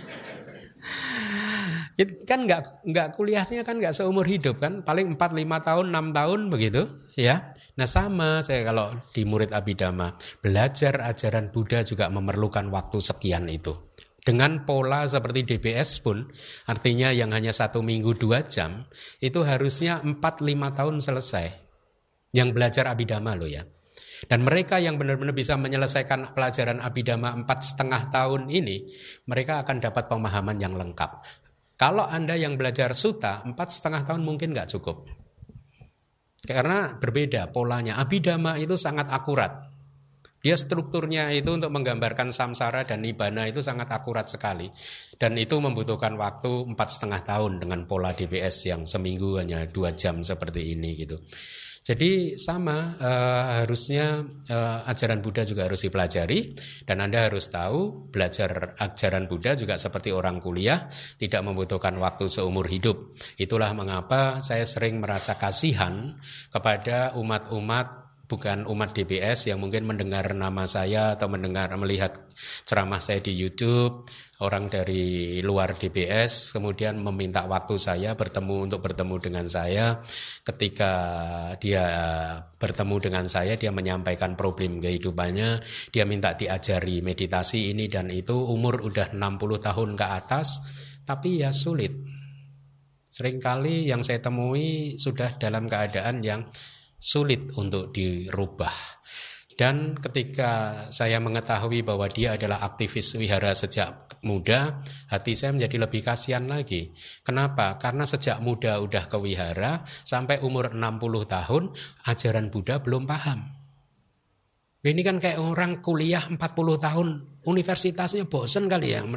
Kan enggak, enggak kuliahnya kan enggak seumur hidup kan, paling empat lima tahun, enam tahun begitu ya. Nah sama saya kalau di murid Abhidhamma, belajar ajaran Buddha juga memerlukan waktu sekian itu. Dengan pola seperti D B S pun, artinya yang hanya satu minggu dua jam, itu harusnya empat lima tahun selesai. Yang belajar Abhidhamma loh ya. Dan mereka yang benar-benar bisa menyelesaikan pelajaran Abhidhamma empat setengah tahun ini, mereka akan dapat pemahaman yang lengkap. Kalau Anda yang belajar Sutta, empat setengah tahun mungkin nggak cukup. Karena berbeda polanya. Abhidhamma itu sangat akurat. Dia strukturnya itu untuk menggambarkan samsara dan nibbana itu sangat akurat sekali. Dan itu membutuhkan waktu empat setengah tahun dengan pola D B S yang seminggu hanya dua jam seperti ini gitu. Jadi sama uh, harusnya uh, ajaran Buddha juga harus dipelajari. Dan Anda harus tahu belajar ajaran Buddha juga seperti orang kuliah, tidak membutuhkan waktu seumur hidup. Itulah mengapa saya sering merasa kasihan kepada umat-umat, bukan umat D B S yang mungkin mendengar nama saya atau mendengar melihat ceramah saya di YouTube, orang dari luar D B S kemudian meminta waktu saya bertemu untuk bertemu dengan saya. Ketika dia bertemu dengan saya, dia menyampaikan problem kehidupannya, dia minta diajari meditasi ini dan itu, umur udah enam puluh tahun ke atas, tapi ya sulit. Seringkali yang saya temui sudah dalam keadaan yang sulit untuk dirubah. Dan ketika saya mengetahui bahwa dia adalah aktivis wihara sejak muda, hati saya menjadi lebih kasihan lagi. Kenapa? Karena sejak muda udah ke wihara, sampai umur enam puluh tahun, ajaran Buddha belum paham. Ini kan kayak orang kuliah empat puluh tahun, universitasnya bosen kali ya.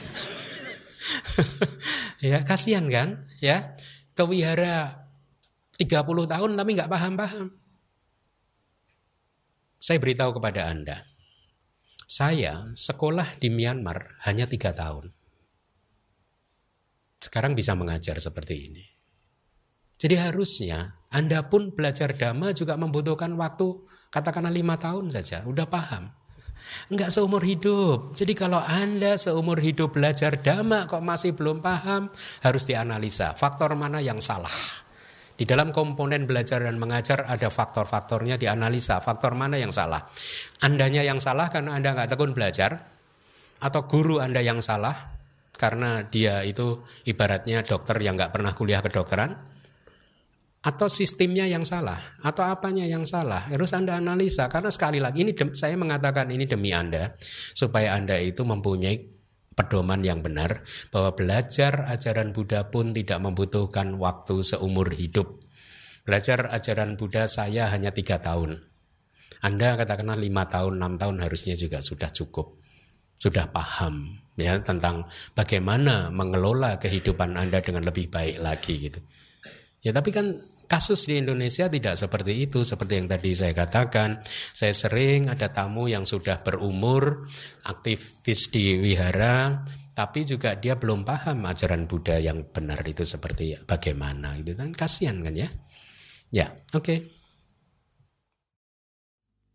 Ya kasihan kan? Ya, ke wihara tiga puluh tahun tapi nggak paham-paham. Saya beritahu kepada Anda, saya sekolah di Myanmar hanya tiga tahun. Sekarang bisa mengajar seperti ini. Jadi harusnya Anda pun belajar Dhamma juga membutuhkan waktu katakanlah lima tahun saja, udah paham. Enggak seumur hidup. Jadi kalau Anda seumur hidup belajar Dhamma kok masih belum paham, harus dianalisa faktor mana yang salah. Di dalam komponen belajar dan mengajar ada faktor-faktornya, dianalisa faktor mana yang salah. Andanya yang salah karena Anda nggak tekun belajar, atau guru Anda yang salah karena dia itu ibaratnya dokter yang nggak pernah kuliah kedokteran, atau sistemnya yang salah, atau apanya yang salah. Harus Anda analisa, karena sekali lagi ini dem, saya mengatakan ini demi Anda, supaya Anda itu mempunyai pedoman yang benar bahwa belajar ajaran Buddha pun tidak membutuhkan waktu seumur hidup. Belajar ajaran Buddha saya hanya tiga tahun. Anda katakanlah lima tahun, enam tahun harusnya juga sudah cukup. Sudah paham ya tentang bagaimana mengelola kehidupan Anda dengan lebih baik lagi gitu. Ya tapi kan kasus di Indonesia tidak seperti itu. Seperti yang tadi saya katakan, saya sering ada tamu yang sudah berumur, aktivis di wihara, tapi juga dia belum paham ajaran Buddha yang benar itu seperti bagaimana gitu kan, kasihan kan ya. Ya, oke. Okay.